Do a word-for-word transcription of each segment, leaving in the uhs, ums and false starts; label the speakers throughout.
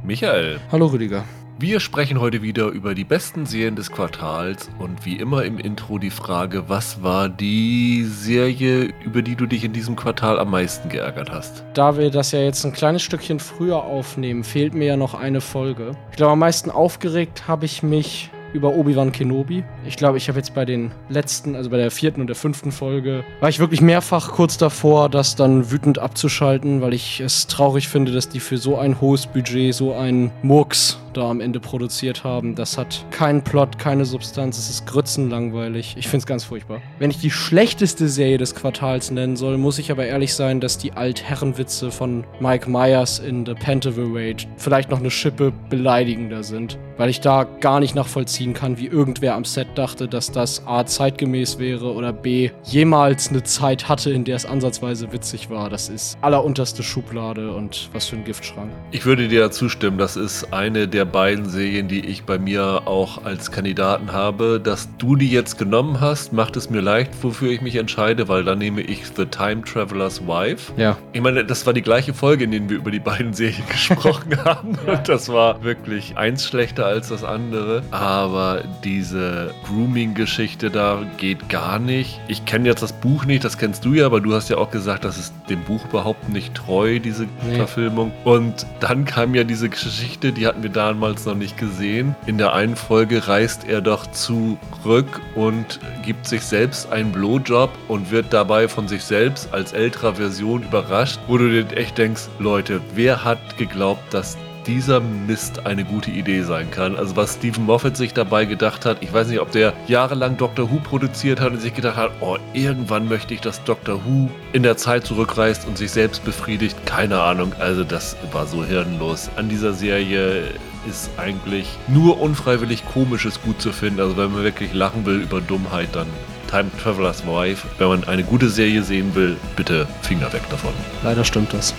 Speaker 1: Michael.
Speaker 2: Hallo Rüdiger.
Speaker 1: Wir sprechen heute wieder über die besten Serien des Quartals und wie immer im Intro die Frage, was war die Serie, über die du dich in diesem Quartal am meisten geärgert hast?
Speaker 2: Da wir das ja jetzt ein kleines Stückchen früher aufnehmen, fehlt mir ja noch eine Folge. Ich glaube, am meisten aufgeregt habe ich mich über Obi-Wan Kenobi. Ich glaube, ich habe jetzt bei den letzten, also bei der vierten und der fünften Folge, war ich wirklich mehrfach kurz davor, das dann wütend abzuschalten, weil ich es traurig finde, dass die für so ein hohes Budget so einen Murks da am Ende produziert haben. Das hat keinen Plot, keine Substanz, es ist grützenlangweilig. Ich finde es ganz furchtbar. Wenn ich die schlechteste Serie des Quartals nennen soll, muss ich aber ehrlich sein, dass die Altherrenwitze von Mike Myers in The Pentaverate vielleicht noch eine Schippe beleidigender sind, weil ich da gar nicht nachvollziehen kann, wie irgendwer am Set dachte, dass das A. zeitgemäß wäre oder B. jemals eine Zeit hatte, in der es ansatzweise witzig war. Das ist allerunterste Schublade und was für ein Giftschrank.
Speaker 1: Ich würde dir zustimmen, das ist eine der beiden Serien, die ich bei mir auch als Kandidaten habe. Dass du die jetzt genommen hast, macht es mir leicht, wofür ich mich entscheide, weil dann nehme ich The Time Traveler's Wife.
Speaker 2: Ja.
Speaker 1: Ich meine, das war die gleiche Folge, in der wir über die beiden Serien gesprochen haben.
Speaker 2: Ja.
Speaker 1: Und das war wirklich eins schlechter als das andere. Aber diese Grooming-Geschichte da geht gar nicht. Ich kenne jetzt das Buch nicht, das kennst du ja, aber du hast ja auch gesagt, das ist dem Buch überhaupt nicht treu, diese
Speaker 2: Nee.
Speaker 1: Verfilmung. Und dann kam ja diese Geschichte, die hatten wir damals noch nicht gesehen. In der einen Folge reist er doch zurück und gibt sich selbst einen Blowjob und wird dabei von sich selbst als älterer Version überrascht, wo du dir echt denkst, Leute, wer hat geglaubt, dass dieser Mist eine gute Idee sein kann. Also was Stephen Moffat sich dabei gedacht hat, ich weiß nicht, ob der jahrelang Doctor Who produziert hat und sich gedacht hat, oh, irgendwann möchte ich, dass Doctor Who in der Zeit zurückreist und sich selbst befriedigt. Keine Ahnung, also das war so hirnlos. An dieser Serie ist eigentlich nur unfreiwillig Komisches gut zu finden. Also wenn man wirklich lachen will über Dummheit, dann Time Traveler's Wife. Wenn man eine gute Serie sehen will, bitte Finger weg davon.
Speaker 2: Leider stimmt das.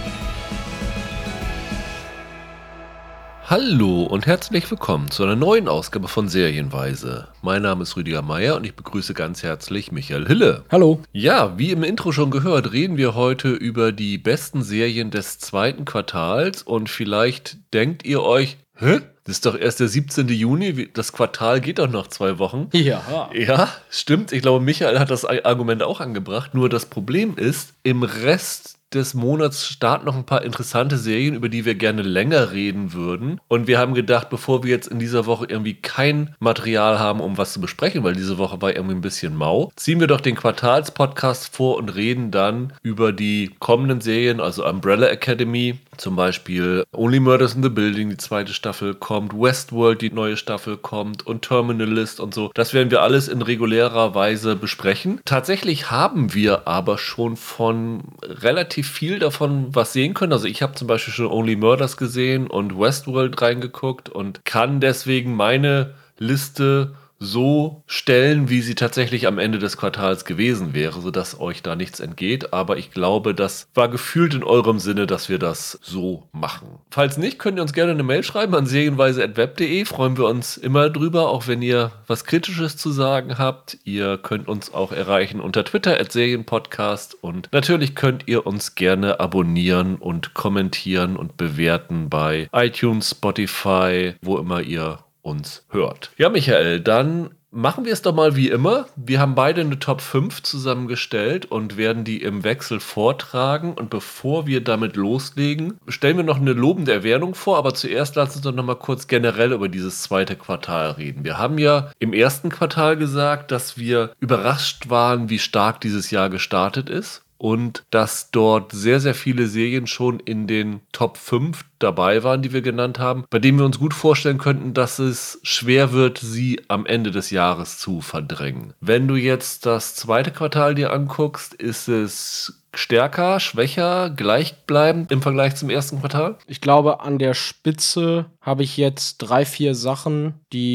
Speaker 1: Hallo und herzlich willkommen zu einer neuen Ausgabe von Serienweise. Mein Name ist Rüdiger Meier und ich begrüße ganz herzlich Michael Hille.
Speaker 2: Hallo.
Speaker 1: Ja, wie im Intro schon gehört, reden wir heute über die besten Serien des zweiten Quartals und vielleicht denkt ihr euch, hä? Das ist doch erst der siebzehnten Juni, das Quartal geht doch noch zwei Wochen.
Speaker 2: Ja.
Speaker 1: Ja, stimmt. Ich glaube, Michael hat das Argument auch angebracht. Nur das Problem ist, im Rest des Monats starten noch ein paar interessante Serien, über die wir gerne länger reden würden. Und wir haben gedacht, bevor wir jetzt in dieser Woche irgendwie kein Material haben, um was zu besprechen, weil diese Woche war irgendwie ein bisschen mau, ziehen wir doch den Quartalspodcast vor und reden dann über die kommenden Serien, also Umbrella Academy, zum Beispiel Only Murders in the Building, die zweite Staffel kommt, Westworld, die neue Staffel kommt und Terminalist und so. Das werden wir alles in regulärer Weise besprechen. Tatsächlich haben wir aber schon von relativ viel davon was sehen können. Also ich habe zum Beispiel schon Only Murders gesehen und Westworld reingeguckt und kann deswegen meine Liste so stellen, wie sie tatsächlich am Ende des Quartals gewesen wäre, sodass euch da nichts entgeht. Aber ich glaube, das war gefühlt in eurem Sinne, dass wir das so machen. Falls nicht, könnt ihr uns gerne eine Mail schreiben an serienweise at web punkt de. Freuen wir uns immer drüber, auch wenn ihr was Kritisches zu sagen habt. Ihr könnt uns auch erreichen unter Twitter at serienpodcast und natürlich könnt ihr uns gerne abonnieren und kommentieren und bewerten bei iTunes, Spotify, wo immer ihr uns hört. Ja, Michael, dann machen wir es doch mal wie immer. Wir haben beide eine Top fünf zusammengestellt und werden die im Wechsel vortragen. Und bevor wir damit loslegen, stellen wir noch eine lobende Erwähnung vor. Aber zuerst lass uns doch noch mal kurz generell über dieses zweite Quartal reden. Wir haben ja im ersten Quartal gesagt, dass wir überrascht waren, wie stark dieses Jahr gestartet ist. Und dass dort sehr, sehr viele Serien schon in den Top fünf dabei waren, die wir genannt haben, bei denen wir uns gut vorstellen könnten, dass es schwer wird, sie am Ende des Jahres zu verdrängen. Wenn du jetzt das zweite Quartal dir anguckst, ist es stärker, schwächer, gleichbleibend im Vergleich zum ersten Quartal?
Speaker 2: Ich glaube, an der Spitze habe ich jetzt drei, vier Sachen, die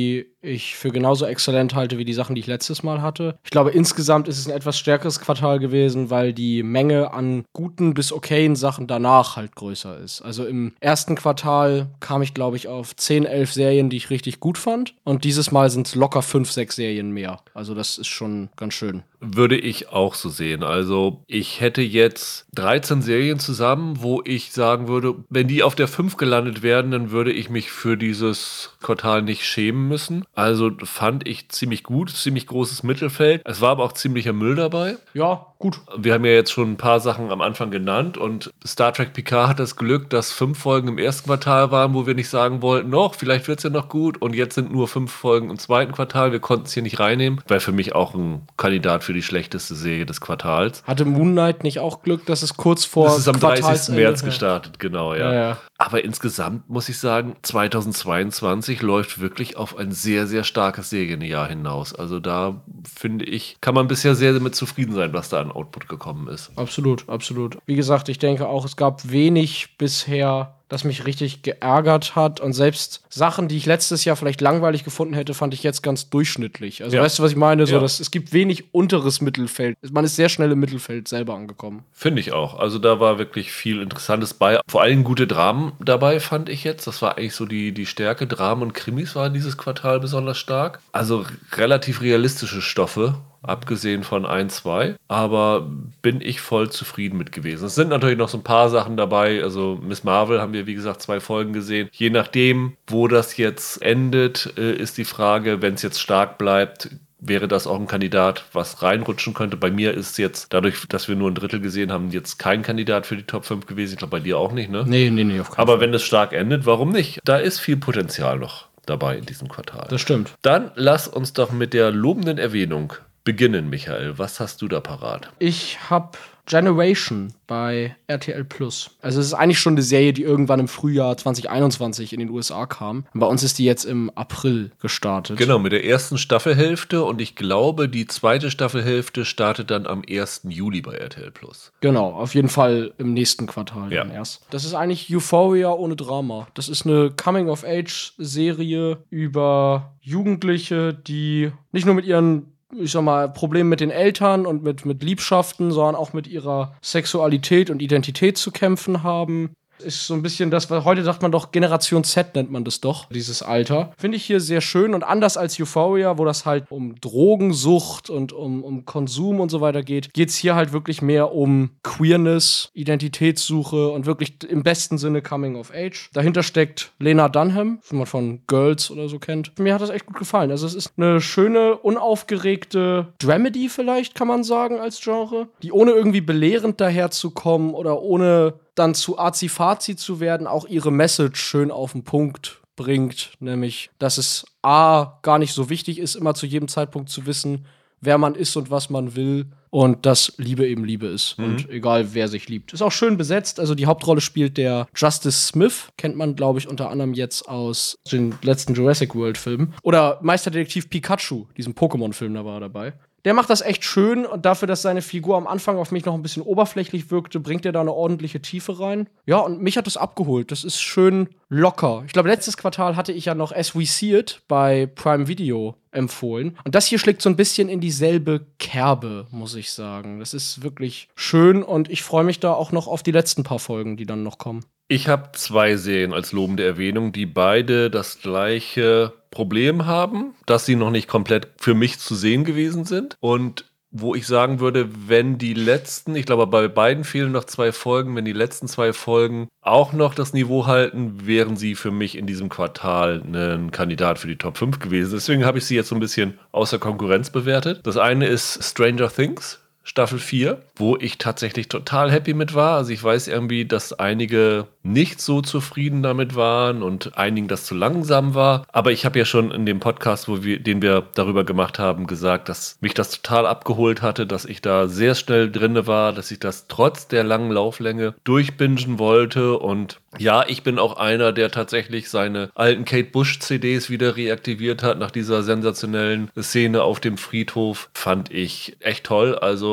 Speaker 2: ich für genauso exzellent halte wie die Sachen, die ich letztes Mal hatte. Ich glaube, insgesamt ist es ein etwas stärkeres Quartal gewesen, weil die Menge an guten bis okayen Sachen danach halt größer ist. Also im ersten Quartal kam ich, glaube ich, auf zehn, elf Serien, die ich richtig gut fand. Und dieses Mal sind es locker fünf, sechs Serien mehr. Also das ist schon ganz schön.
Speaker 1: Würde ich auch so sehen. Also ich hätte jetzt dreizehn Serien zusammen, wo ich sagen würde, wenn die auf der fünf gelandet werden, dann würde ich mich für dieses Quartal nicht schämen müssen. Also fand ich ziemlich gut, ziemlich großes Mittelfeld. Es war aber auch ziemlicher Müll dabei.
Speaker 2: Ja, gut.
Speaker 1: Wir haben ja jetzt schon ein paar Sachen am Anfang genannt und Star Trek Picard hat das Glück, dass fünf Folgen im ersten Quartal waren, wo wir nicht sagen wollten, noch, vielleicht wird es ja noch gut, und jetzt sind nur fünf Folgen im zweiten Quartal. Wir konnten es hier nicht reinnehmen. Wäre für mich auch ein Kandidat für die schlechteste Serie des Quartals.
Speaker 2: Hatte Moon Knight nicht auch Glück, dass es kurz vor
Speaker 1: Das ist am dreißigsten März
Speaker 2: ja.
Speaker 1: gestartet, genau, ja.
Speaker 2: Ja, ja.
Speaker 1: Aber insgesamt muss ich sagen, zweitausendzweiundzwanzig läuft wirklich auf ein sehr, sehr starkes Serienjahr hinaus. Also da, finde ich, kann man bisher sehr damit zufrieden sein, was da an Output gekommen ist.
Speaker 2: Absolut, absolut. Wie gesagt, ich denke auch, es gab wenig bisher, das mich richtig geärgert hat. Und selbst Sachen, die ich letztes Jahr vielleicht langweilig gefunden hätte, fand ich jetzt ganz durchschnittlich. Also
Speaker 1: Ja.
Speaker 2: weißt du, was ich meine? So,
Speaker 1: Ja.
Speaker 2: dass, es gibt wenig unteres Mittelfeld. Man ist sehr schnell im Mittelfeld selber angekommen.
Speaker 1: Finde ich auch. Also da war wirklich viel Interessantes bei. Vor allem gute Dramen dabei, fand ich jetzt. Das war eigentlich so die, die Stärke. Dramen und Krimis waren dieses Quartal besonders stark. Also r- relativ realistische Stoffe. Abgesehen von ein, zwei. Aber bin ich voll zufrieden mit gewesen. Es sind natürlich noch so ein paar Sachen dabei. Also Miss Marvel haben wir, wie gesagt, zwei Folgen gesehen. Je nachdem, wo das jetzt endet, äh, ist die Frage, wenn es jetzt stark bleibt, wäre das auch ein Kandidat, was reinrutschen könnte. Bei mir ist jetzt, dadurch, dass wir nur ein Drittel gesehen haben, jetzt kein Kandidat für die Top fünf gewesen. Ich glaube, bei dir auch nicht, ne?
Speaker 2: Nee, nee, nee, auf keinen
Speaker 1: Aber
Speaker 2: Fall.
Speaker 1: wenn es stark endet, warum nicht? Da ist viel Potenzial noch dabei in diesem Quartal.
Speaker 2: Das stimmt.
Speaker 1: Dann lass uns doch mit der lobenden Erwähnung beginnen, Michael. Was hast du da parat?
Speaker 2: Ich hab Generation bei R T L Plus. Also es ist eigentlich schon eine Serie, die irgendwann im Frühjahr zwanzig einundzwanzig in den U S A kam. Bei uns ist die jetzt im April gestartet.
Speaker 1: Genau, mit der ersten Staffelhälfte, und ich glaube, die zweite Staffelhälfte startet dann am ersten Juli bei R T L Plus.
Speaker 2: Genau, auf jeden Fall im nächsten Quartal
Speaker 1: Ja.
Speaker 2: dann erst. Das ist eigentlich Euphoria ohne Drama. Das ist eine Coming-of-Age-Serie über Jugendliche, die nicht nur mit ihren, ich sag mal, Problemen mit den Eltern und mit, mit Liebschaften, sondern auch mit ihrer Sexualität und Identität zu kämpfen haben. Ist so ein bisschen das, was heute sagt man doch, Generation Z nennt man das doch, dieses Alter. Finde ich hier sehr schön und anders als Euphoria, wo das halt um Drogensucht und um, um Konsum und so weiter geht, geht es hier halt wirklich mehr um Queerness, Identitätssuche und wirklich im besten Sinne Coming of Age. Dahinter steckt Lena Dunham, die man von Girls oder so kennt. Mir hat das echt gut gefallen. Also es ist eine schöne, unaufgeregte Dramedy vielleicht, kann man sagen, als Genre, die ohne irgendwie belehrend daherzukommen oder ohne dann zu arzi-fazi zu werden, auch ihre Message schön auf den Punkt bringt, nämlich, dass es A, gar nicht so wichtig ist, immer zu jedem Zeitpunkt zu wissen, wer man ist und was man will, und dass Liebe eben Liebe ist, und egal, wer sich liebt. Ist auch schön besetzt, also die Hauptrolle spielt der Justice Smith, kennt man, glaube ich, unter anderem jetzt aus den letzten Jurassic World-Filmen, oder Meisterdetektiv Pikachu, diesem Pokémon-Film, da war er dabei. Der macht das echt schön, und dafür, dass seine Figur am Anfang auf mich noch ein bisschen oberflächlich wirkte, bringt er da eine ordentliche Tiefe rein. Ja, und mich hat das abgeholt. Das ist schön locker. Ich glaube, letztes Quartal hatte ich ja noch As We See It bei Prime Video empfohlen. Und das hier schlägt so ein bisschen in dieselbe Kerbe, muss ich sagen. Das ist wirklich schön, und ich freue mich da auch noch auf die letzten paar Folgen, die dann noch kommen.
Speaker 1: Ich habe zwei Serien als lobende Erwähnung, die beide das gleiche Problem haben, dass sie noch nicht komplett für mich zu sehen gewesen sind. Und wo ich sagen würde, wenn die letzten, ich glaube, bei beiden fehlen noch zwei Folgen, wenn die letzten zwei Folgen auch noch das Niveau halten, wären sie für mich in diesem Quartal ein Kandidat für die Top fünf gewesen. Deswegen habe ich sie jetzt so ein bisschen außer Konkurrenz bewertet. Das eine ist Stranger Things, Staffel vier, wo ich tatsächlich total happy mit war. Also ich weiß irgendwie, dass einige nicht so zufrieden damit waren und einigen das zu langsam war. Aber ich habe ja schon in dem Podcast, wo wir, den wir darüber gemacht haben, gesagt, dass mich das total abgeholt hatte, dass ich da sehr schnell drinne war, dass ich das trotz der langen Lauflänge durchbingen wollte. Und ja, ich bin auch einer, der tatsächlich seine alten Kate Bush-C Ds wieder reaktiviert hat nach dieser sensationellen Szene auf dem Friedhof. Fand ich echt toll. Also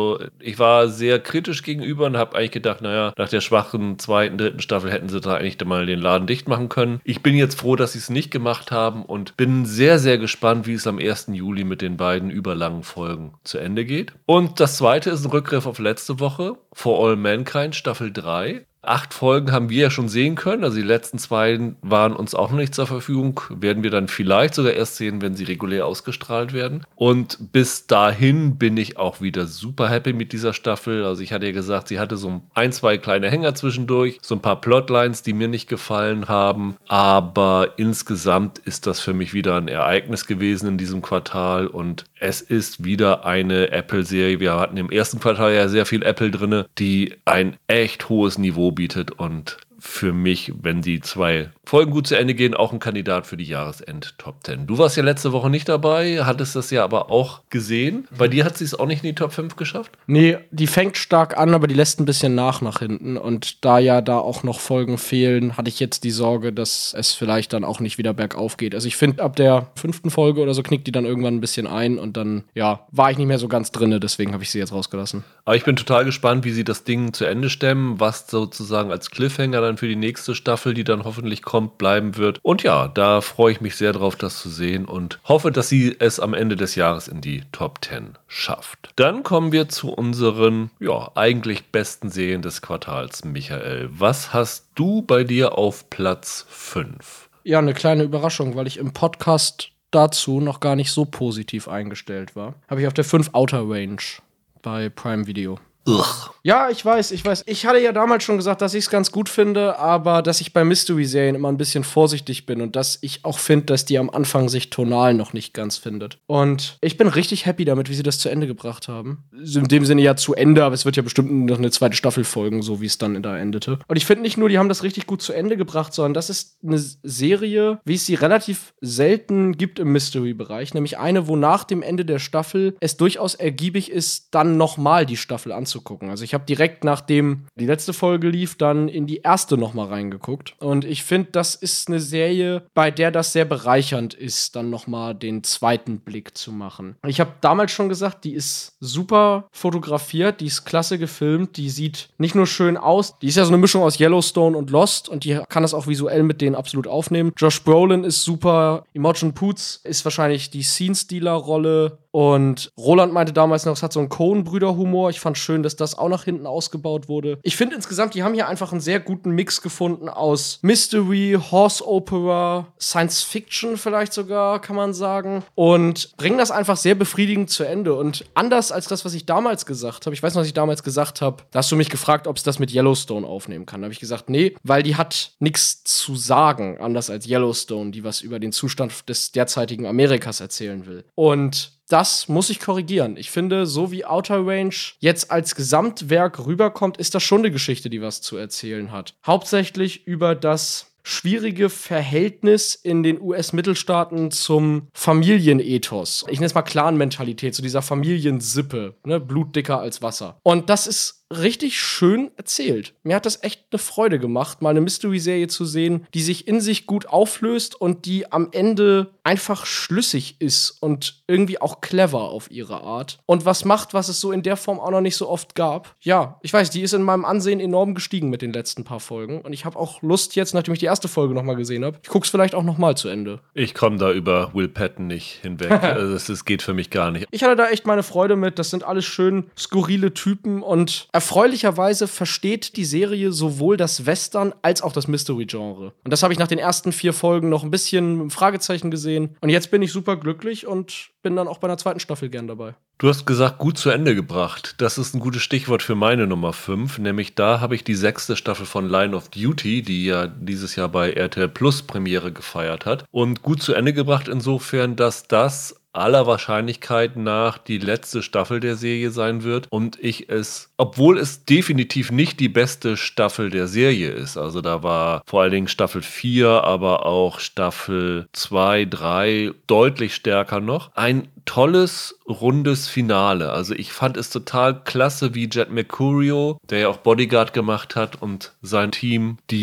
Speaker 1: Also ich war sehr kritisch gegenüber und habe eigentlich gedacht, naja, nach der schwachen zweiten, dritten Staffel hätten sie da eigentlich mal den Laden dicht machen können. Ich bin jetzt froh, dass sie es nicht gemacht haben und bin sehr, sehr gespannt, wie es am ersten Juli mit den beiden überlangen Folgen zu Ende geht. Und das zweite ist ein Rückgriff auf letzte Woche, For All Mankind, Staffel drei. Acht Folgen haben wir ja schon sehen können, also die letzten zwei waren uns auch noch nicht zur Verfügung, werden wir dann vielleicht sogar erst sehen, wenn sie regulär ausgestrahlt werden. Und bis dahin bin ich auch wieder super happy mit dieser Staffel. Also ich hatte ja gesagt, sie hatte so ein, zwei kleine Hänger zwischendurch, so ein paar Plotlines, die mir nicht gefallen haben, aber insgesamt ist das für mich wieder ein Ereignis gewesen in diesem Quartal und es ist wieder eine Apple-Serie. Wir hatten im ersten Quartal ja sehr viel Apple drin, die ein echt hohes Niveau bietet und für mich, wenn die zwei Folgen gut zu Ende gehen, auch ein Kandidat für die Jahresend-Top zehn. Du warst ja letzte Woche nicht dabei, hattest das ja aber auch gesehen. Bei dir hat sie es auch nicht in die Top fünf geschafft?
Speaker 2: Nee, die fängt stark an, aber die lässt ein bisschen nach nach hinten. Und da ja da auch noch Folgen fehlen, hatte ich jetzt die Sorge, dass es vielleicht dann auch nicht wieder bergauf geht. Also ich finde, ab der fünften Folge oder so knickt die dann irgendwann ein bisschen ein und dann, ja, war ich nicht mehr so ganz drinne, deswegen habe ich sie jetzt rausgelassen.
Speaker 1: Aber ich bin total gespannt, wie sie das Ding zu Ende stemmen, was sozusagen als Cliffhanger dann für die nächste Staffel, die dann hoffentlich kommt, bleiben wird. Und ja, da freue ich mich sehr drauf, das zu sehen und hoffe, dass sie es am Ende des Jahres in die Top zehn schafft. Dann kommen wir zu unseren, ja, eigentlich besten Serien des Quartals. Michael, was hast du bei dir auf Platz fünf?
Speaker 2: Ja, eine kleine Überraschung, weil ich im Podcast dazu noch gar nicht so positiv eingestellt war. Habe ich auf der fünf Outer Range bei Prime Video.
Speaker 1: Ugh.
Speaker 2: Ja, ich weiß, ich weiß. Ich hatte ja damals schon gesagt, dass ich es ganz gut finde, aber dass ich bei Mystery-Serien immer ein bisschen vorsichtig bin und dass ich auch finde, dass die am Anfang sich tonal noch nicht ganz findet. Und ich bin richtig happy damit, wie sie das zu Ende gebracht haben. In dem Sinne ja zu Ende, aber es wird ja bestimmt noch eine zweite Staffel folgen, so wie es dann da endete. Und ich finde nicht nur, die haben das richtig gut zu Ende gebracht, sondern das ist eine Serie, wie es sie relativ selten gibt im Mystery-Bereich. Nämlich eine, wo nach dem Ende der Staffel es durchaus ergiebig ist, dann nochmal die Staffel anzugucken. Also ich habe direkt nachdem die letzte Folge lief, dann in die erste noch mal reingeguckt. Und ich finde, das ist eine Serie, bei der das sehr bereichernd ist, dann noch mal den zweiten Blick zu machen. Ich habe damals schon gesagt, die ist super fotografiert, die ist klasse gefilmt, die sieht nicht nur schön aus, die ist ja so eine Mischung aus Yellowstone und Lost und die kann das auch visuell mit denen absolut aufnehmen. Josh Brolin ist super, Imogen Poots ist wahrscheinlich die Scene-Stealer-Rolle. Und Roland meinte damals noch, es hat so einen Coen-Brüder-Humor. Ich fand schön, dass das auch nach hinten ausgebaut wurde. Ich finde insgesamt, die haben hier einfach einen sehr guten Mix gefunden aus Mystery, Horse Opera, Science Fiction vielleicht sogar, kann man sagen. Und bringen das einfach sehr befriedigend zu Ende. Und anders als das, was ich damals gesagt habe, ich weiß noch, was ich damals gesagt habe, da hast du mich gefragt, ob es das mit Yellowstone aufnehmen kann. Da habe ich gesagt, nee, weil die hat nichts zu sagen, anders als Yellowstone, die was über den Zustand des derzeitigen Amerikas erzählen will. Und das muss ich korrigieren. Ich finde, so wie Outer Range jetzt als Gesamtwerk rüberkommt, ist das schon eine Geschichte, die was zu erzählen hat. Hauptsächlich über das schwierige Verhältnis in den U S-Mittelstaaten zum Familienethos. Ich nenne es mal Clan-Mentalität, zu dieser Familiensippe, ne? Blut dicker als Wasser. Und das ist richtig schön erzählt. Mir hat das echt eine Freude gemacht, mal eine Mystery-Serie zu sehen, die sich in sich gut auflöst und die am Ende einfach schlüssig ist und irgendwie auch clever auf ihre Art. Und was macht, was es so in der Form auch noch nicht so oft gab. Ja, ich weiß, die ist in meinem Ansehen enorm gestiegen mit den letzten paar Folgen. Und ich habe auch Lust jetzt, nachdem ich die erste Folge noch mal gesehen habe, ich guck's vielleicht auch noch mal zu Ende.
Speaker 1: Ich komme da über Will Patton nicht hinweg. Also das, das geht für mich gar nicht.
Speaker 2: Ich hatte da echt meine Freude mit. Das sind alles schön skurrile Typen und erfreulicherweise versteht die Serie sowohl das Western als auch das Mystery-Genre. Und das habe ich nach den ersten vier Folgen noch ein bisschen mit einem Fragezeichen gesehen. Und jetzt bin ich super glücklich und bin dann auch bei einer zweiten Staffel gern dabei.
Speaker 1: Du hast gesagt, gut zu Ende gebracht. Das ist ein gutes Stichwort für meine Nummer fünf. Nämlich da habe ich die sechste Staffel von Line of Duty, die ja dieses Jahr bei R T L Plus Premiere gefeiert hat. Und gut zu Ende gebracht insofern, dass das aller Wahrscheinlichkeit nach die letzte Staffel der Serie sein wird und ich es, obwohl es definitiv nicht die beste Staffel der Serie ist, also da war vor allen Dingen Staffel vier, aber auch Staffel zwei, drei deutlich stärker noch, ein tolles, rundes Finale. Also ich fand es total klasse, wie Jed Mercurio, der ja auch Bodyguard gemacht hat und sein Team, die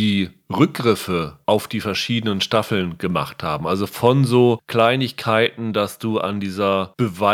Speaker 1: Rückgriffe auf die verschiedenen Staffeln gemacht haben. Also von so Kleinigkeiten, dass du an dieser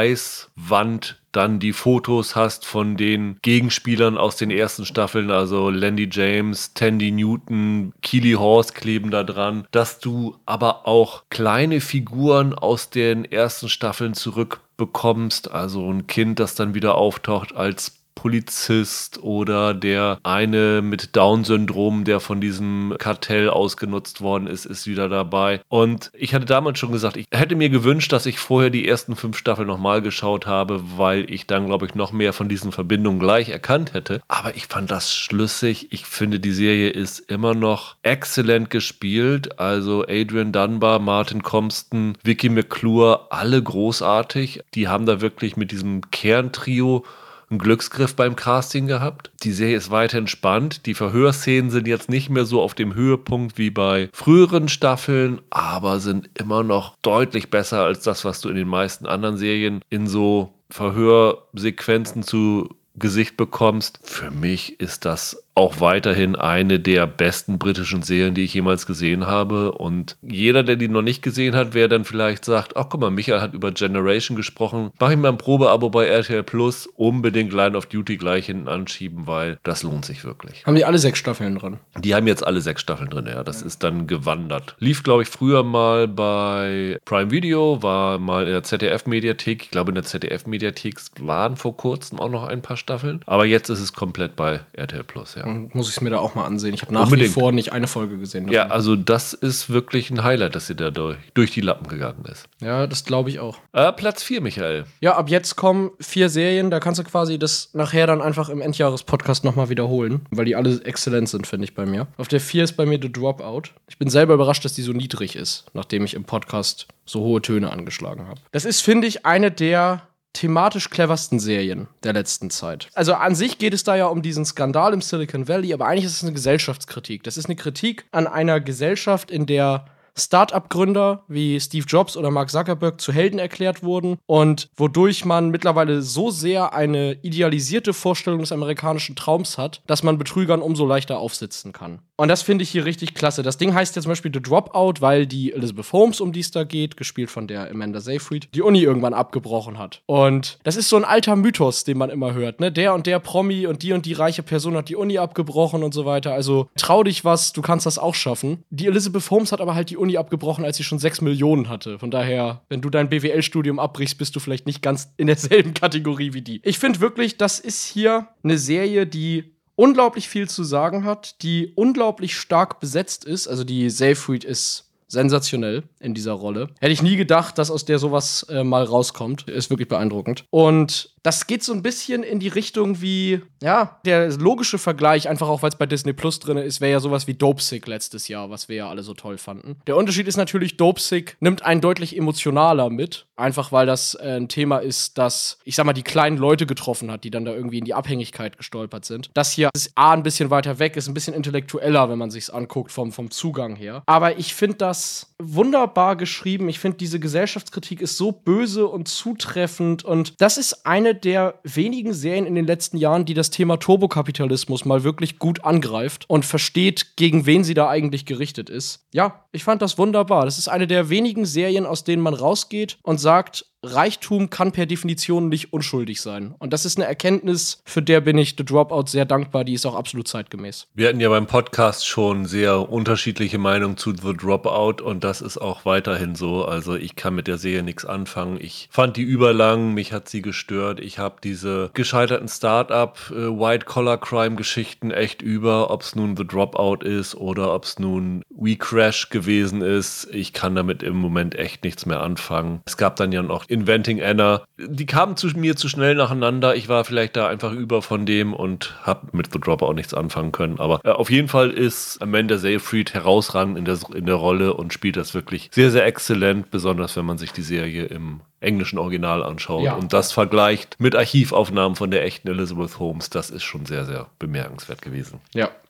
Speaker 1: Beweiswand dann die Fotos hast von den Gegenspielern aus den ersten Staffeln, also Landy James, Tandy Newton, Keely Hawes kleben da dran, dass du aber auch kleine Figuren aus den ersten Staffeln zurückbekommst, also ein Kind, das dann wieder auftaucht als Polizist oder der eine mit Down-Syndrom, der von diesem Kartell ausgenutzt worden ist, ist wieder dabei. Und ich hatte damals schon gesagt, ich hätte mir gewünscht, dass ich vorher die ersten fünf Staffeln nochmal geschaut habe, weil ich dann, glaube ich, noch mehr von diesen Verbindungen gleich erkannt hätte. Aber ich fand das schlüssig. Ich finde, die Serie ist immer noch exzellent gespielt. Also Adrian Dunbar, Martin Compston, Vicky McClure, alle großartig. Die haben da wirklich mit diesem Kerntrio einen Glücksgriff beim Casting gehabt. Die Serie ist weiterhin spannend. Die Verhörszenen sind jetzt nicht mehr so auf dem Höhepunkt wie bei früheren Staffeln, aber sind immer noch deutlich besser als das, was du in den meisten anderen Serien in so Verhörsequenzen zu Gesicht bekommst. Für mich ist das auch weiterhin eine der besten britischen Serien, die ich jemals gesehen habe. Und jeder, der die noch nicht gesehen hat, wer dann vielleicht sagt, ach guck mal, Michael hat über Generation gesprochen, mach ich mal ein Probeabo bei R T L Plus, unbedingt Line of Duty gleich hinten anschieben, weil das lohnt sich wirklich.
Speaker 2: Haben die alle sechs Staffeln drin?
Speaker 1: Die haben jetzt alle sechs Staffeln drin, ja. Das ja. ist dann gewandert. Lief, glaube ich, früher mal bei Prime Video, war mal in der Z D F-Mediathek. Ich glaube, in der Z D F-Mediathek waren vor kurzem auch noch ein paar Staffeln. Aber jetzt ist es komplett bei R T L Plus, ja.
Speaker 2: Muss ich es mir da auch mal ansehen. Ich habe nach
Speaker 1: Unbedingt.
Speaker 2: wie vor nicht eine Folge gesehen.
Speaker 1: Ja, also das ist wirklich ein Highlight, dass sie da durch, durch die Lappen gegangen ist.
Speaker 2: Ja, das glaube ich auch.
Speaker 1: Äh, Platz vier, Michael.
Speaker 2: Ja, ab jetzt kommen vier Serien. Da kannst du quasi das nachher dann einfach im Endjahres-Podcast nochmal wiederholen, weil die alle exzellent sind, finde ich, bei mir. Auf der vier ist bei mir The Dropout. Ich bin selber überrascht, dass die so niedrig ist, nachdem ich im Podcast so hohe Töne angeschlagen habe. Das ist, finde ich, eine der thematisch cleversten Serien der letzten Zeit. Also an sich geht es da ja um diesen Skandal im Silicon Valley, aber eigentlich ist es eine Gesellschaftskritik. Das ist eine Kritik an einer Gesellschaft, in der Start-up-Gründer wie Steve Jobs oder Mark Zuckerberg zu Helden erklärt wurden und wodurch man mittlerweile so sehr eine idealisierte Vorstellung des amerikanischen Traums hat, dass man Betrügern umso leichter aufsitzen kann. Und das finde ich hier richtig klasse. Das Ding heißt ja zum Beispiel The Dropout, weil die Elizabeth Holmes, um die es da geht, gespielt von der Amanda Seyfried, die Uni irgendwann abgebrochen hat. Und das ist so ein alter Mythos, den man immer hört, ne? Der und der Promi und die und die reiche Person hat die Uni abgebrochen und so weiter. Also trau dich was, du kannst das auch schaffen. Die Elizabeth Holmes hat aber halt die Uni abgebrochen, als sie schon sechs Millionen hatte. Von daher, wenn du dein B W L-Studium abbrichst, bist du vielleicht nicht ganz in derselben Kategorie wie die. Ich finde wirklich, das ist hier eine Serie, die unglaublich viel zu sagen hat, die unglaublich stark besetzt ist. Also die Seyfried ist sensationell in dieser Rolle. Hätte ich nie gedacht, dass aus der sowas äh, mal rauskommt. Ist wirklich beeindruckend. Und das geht so ein bisschen in die Richtung wie, ja, der logische Vergleich, einfach auch, weil es bei Disney Plus drin ist, wäre ja sowas wie Dopesick letztes Jahr, was wir ja alle so toll fanden. Der Unterschied ist natürlich, Dopesick nimmt einen deutlich emotionaler mit, einfach weil das äh, ein Thema ist, das, ich sag mal, die kleinen Leute getroffen hat, die dann da irgendwie in die Abhängigkeit gestolpert sind. Das hier ist A, ein bisschen weiter weg, ist ein bisschen intellektueller, wenn man sich's anguckt, vom, vom Zugang her. Aber ich finde das wunderbar geschrieben. Ich finde, diese Gesellschaftskritik ist so böse und zutreffend und das ist eine der wenigen Serien in den letzten Jahren, die das Thema Turbokapitalismus mal wirklich gut angreift und versteht, gegen wen sie da eigentlich gerichtet ist. Ja, ich fand das wunderbar. Das ist eine der wenigen Serien, aus denen man rausgeht und sagt, Reichtum kann per Definition nicht unschuldig sein. Und das ist eine Erkenntnis, für der bin ich The Dropout sehr dankbar. Die ist auch absolut zeitgemäß.
Speaker 1: Wir hatten ja beim Podcast schon sehr unterschiedliche Meinungen zu The Dropout und das ist auch weiterhin so. Also ich kann mit der Serie nichts anfangen. Ich fand die überlang, mich hat sie gestört. Ich habe diese gescheiterten Start-up, äh, White-Collar-Crime-Geschichten echt über, ob es nun The Dropout ist oder ob es nun We Crash gewesen ist. Ich kann damit im Moment echt nichts mehr anfangen. Es gab dann ja noch Inventing Anna. Die kamen zu mir zu schnell nacheinander. Ich war vielleicht da einfach über von dem und habe mit The Dropout nichts anfangen können. Aber äh, auf jeden Fall ist Amanda Seyfried herausragend in der, in der Rolle und spielt das wirklich sehr, sehr exzellent, besonders wenn man sich die Serie im englischen Original anschaut ja. und das vergleicht mit Archivaufnahmen von der echten Elizabeth Holmes. Das ist schon sehr, sehr bemerkenswert gewesen.
Speaker 2: Ja.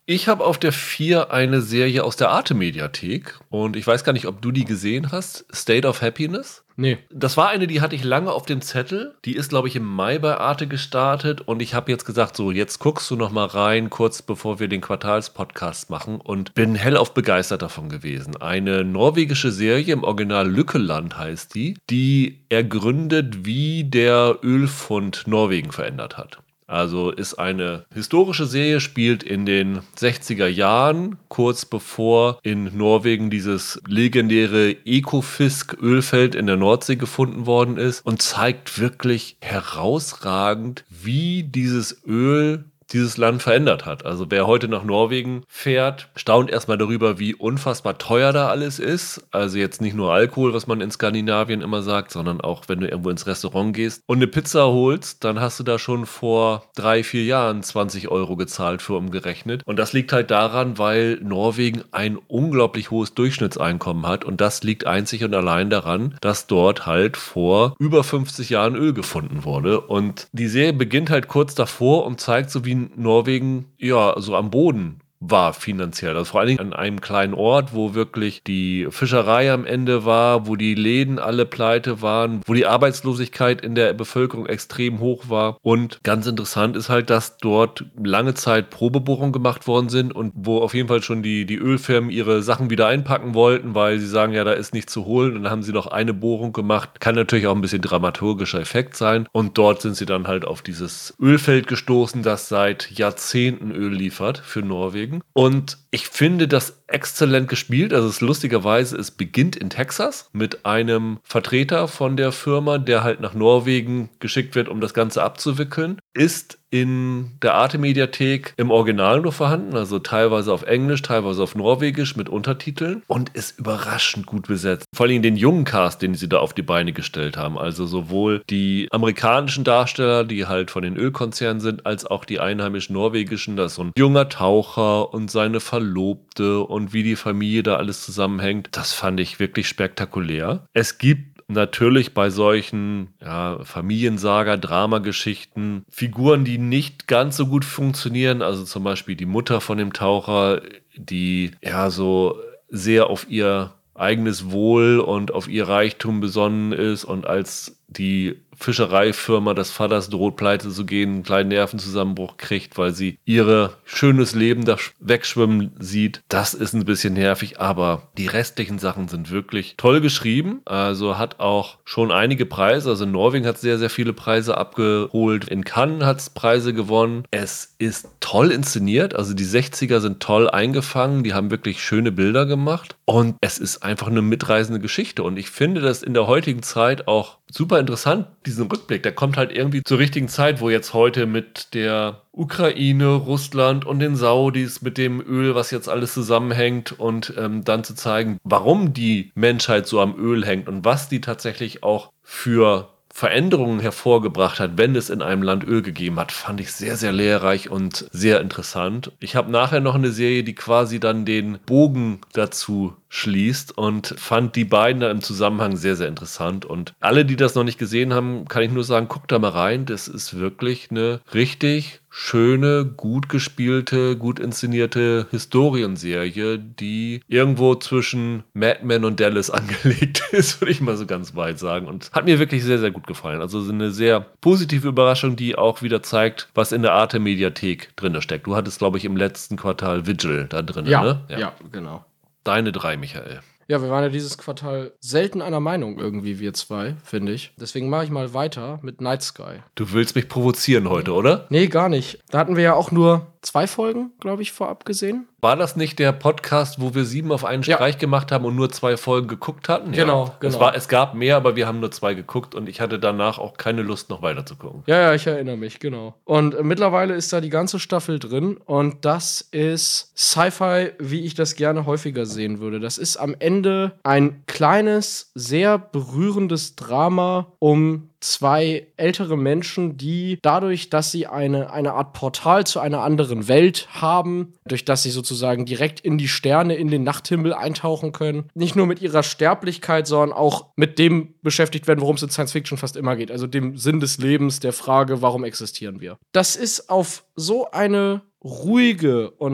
Speaker 1: Ich habe auf der vier eine Serie aus der Arte-Mediathek und ich weiß gar nicht, ob du die gesehen hast. State of Happiness.
Speaker 2: Nee.
Speaker 1: Das war eine, die hatte ich lange auf dem Zettel. Die ist, glaube ich, im Mai bei Arte gestartet und ich habe jetzt gesagt, so, jetzt guckst du noch mal rein, kurz bevor wir den Quartalspodcast machen und bin hellauf begeistert davon gewesen. Eine norwegische Serie, im Original Lückeland heißt die, die ergründet, wie der Ölfund Norwegen verändert hat. Also ist eine historische Serie, spielt in den sechziger Jahren, kurz bevor in Norwegen dieses legendäre Ekofisk-Ölfeld in der Nordsee gefunden worden ist und zeigt wirklich herausragend, wie dieses Öl dieses Land verändert hat. Also wer heute nach Norwegen fährt, staunt erstmal darüber, wie unfassbar teuer da alles ist. Also jetzt nicht nur Alkohol, was man in Skandinavien immer sagt, sondern auch, wenn du irgendwo ins Restaurant gehst und eine Pizza holst, dann hast du da schon vor drei, vier Jahren zwanzig Euro gezahlt für umgerechnet. Und das liegt halt daran, weil Norwegen ein unglaublich hohes Durchschnittseinkommen hat und das liegt einzig und allein daran, dass dort halt vor über fünfzig Jahren Öl gefunden wurde. Und die Serie beginnt halt kurz davor und zeigt so, wie Norwegen ja so am Boden war finanziell. Also vor allen Dingen an einem kleinen Ort, wo wirklich die Fischerei am Ende war, wo die Läden alle pleite waren, wo die Arbeitslosigkeit in der Bevölkerung extrem hoch war. Und ganz interessant ist halt, dass dort lange Zeit Probebohrungen gemacht worden sind und wo auf jeden Fall schon die, die Ölfirmen ihre Sachen wieder einpacken wollten, weil sie sagen, ja, da ist nichts zu holen. Und dann haben sie noch eine Bohrung gemacht. Kann natürlich auch ein bisschen dramaturgischer Effekt sein. Und dort sind sie dann halt auf dieses Ölfeld gestoßen, das seit Jahrzehnten Öl liefert für Norwegen. Und ich finde das exzellent gespielt. Also es ist lustigerweise, es beginnt in Texas mit einem Vertreter von der Firma, der halt nach Norwegen geschickt wird, um das Ganze abzuwickeln. Ist in der Arte-Mediathek im Original nur vorhanden, also teilweise auf Englisch, teilweise auf Norwegisch mit Untertiteln und ist überraschend gut besetzt. Vor allem den jungen Cast, den sie da auf die Beine gestellt haben. Also sowohl die amerikanischen Darsteller, die halt von den Ölkonzernen sind, als auch die einheimischen norwegischen. Da ist so ein junger Taucher und seine Verlobte und wie die Familie da alles zusammenhängt. Das fand ich wirklich spektakulär. Es gibt natürlich bei solchen ja, Familiensaga, Dramageschichten Figuren, die nicht ganz so gut funktionieren. Also zum Beispiel die Mutter von dem Taucher, die ja so sehr auf ihr eigenes Wohl und auf ihr Reichtum besonnen ist und als die Fischereifirma des Vaters droht, pleite zu gehen, einen kleinen Nervenzusammenbruch kriegt, weil sie ihr schönes Leben da wegschwimmen sieht. Das ist ein bisschen nervig, aber die restlichen Sachen sind wirklich toll geschrieben. Also hat auch schon einige Preise. Also Norwegen hat sehr, sehr viele Preise abgeholt. In Cannes hat es Preise gewonnen. Es ist toll inszeniert. Also die sechziger sind toll eingefangen. Die haben wirklich schöne Bilder gemacht. Und es ist einfach eine mitreißende Geschichte. Und ich finde das in der heutigen Zeit auch super interessant, diesen Rückblick. Der kommt halt irgendwie zur richtigen Zeit, wo jetzt heute mit der Ukraine, Russland und den Saudis, mit dem Öl, was jetzt alles zusammenhängt und ähm, dann zu zeigen, warum die Menschheit so am Öl hängt und was die tatsächlich auch für Veränderungen hervorgebracht hat, wenn es in einem Land Öl gegeben hat, fand ich sehr, sehr lehrreich und sehr interessant. Ich habe nachher noch eine Serie, die quasi dann den Bogen dazu schließt und fand die beiden da im Zusammenhang sehr, sehr interessant. Und alle, die das noch nicht gesehen haben, kann ich nur sagen, guckt da mal rein. Das ist wirklich eine richtig schöne, gut gespielte, gut inszenierte Historienserie, die irgendwo zwischen Mad Men und Dallas angelegt ist, würde ich mal so ganz weit sagen. Und hat mir wirklich sehr, sehr gut gefallen. Also so eine sehr positive Überraschung, die auch wieder zeigt, was in der Arte-Mediathek drin steckt. Du hattest, glaube ich, im letzten Quartal Vigil da drin,
Speaker 2: ja,
Speaker 1: ne?
Speaker 2: Ja, ja, genau.
Speaker 1: Deine drei, Michael.
Speaker 2: Ja, wir waren ja dieses Quartal selten einer Meinung irgendwie, wir zwei, finde ich. Deswegen mache ich mal weiter mit Night Sky.
Speaker 1: Du willst mich provozieren heute, oder?
Speaker 2: Nee, gar nicht. Da hatten wir ja auch nur zwei Folgen, glaube ich, vorab gesehen.
Speaker 1: War das nicht der Podcast, wo wir sieben auf einen Streich ja. gemacht haben und nur zwei Folgen geguckt hatten?
Speaker 2: Genau,
Speaker 1: ja.
Speaker 2: genau.
Speaker 1: Es, war, es gab mehr, aber wir haben nur zwei geguckt und ich hatte danach auch keine Lust, noch weiter zu gucken.
Speaker 2: Ja, ja, ich erinnere mich, genau. Und äh, mittlerweile ist da die ganze Staffel drin und das ist Sci-Fi, wie ich das gerne häufiger sehen würde. Das ist am Ende ein kleines, sehr berührendes Drama um zwei ältere Menschen, die dadurch, dass sie eine, eine Art Portal zu einer anderen Welt haben, durch das sie sozusagen direkt in die Sterne, in den Nachthimmel eintauchen können, nicht nur mit ihrer Sterblichkeit, sondern auch mit dem beschäftigt werden, worum es in Science Fiction fast immer geht, also dem Sinn des Lebens, der Frage, warum existieren wir. Das ist auf so eine ruhige und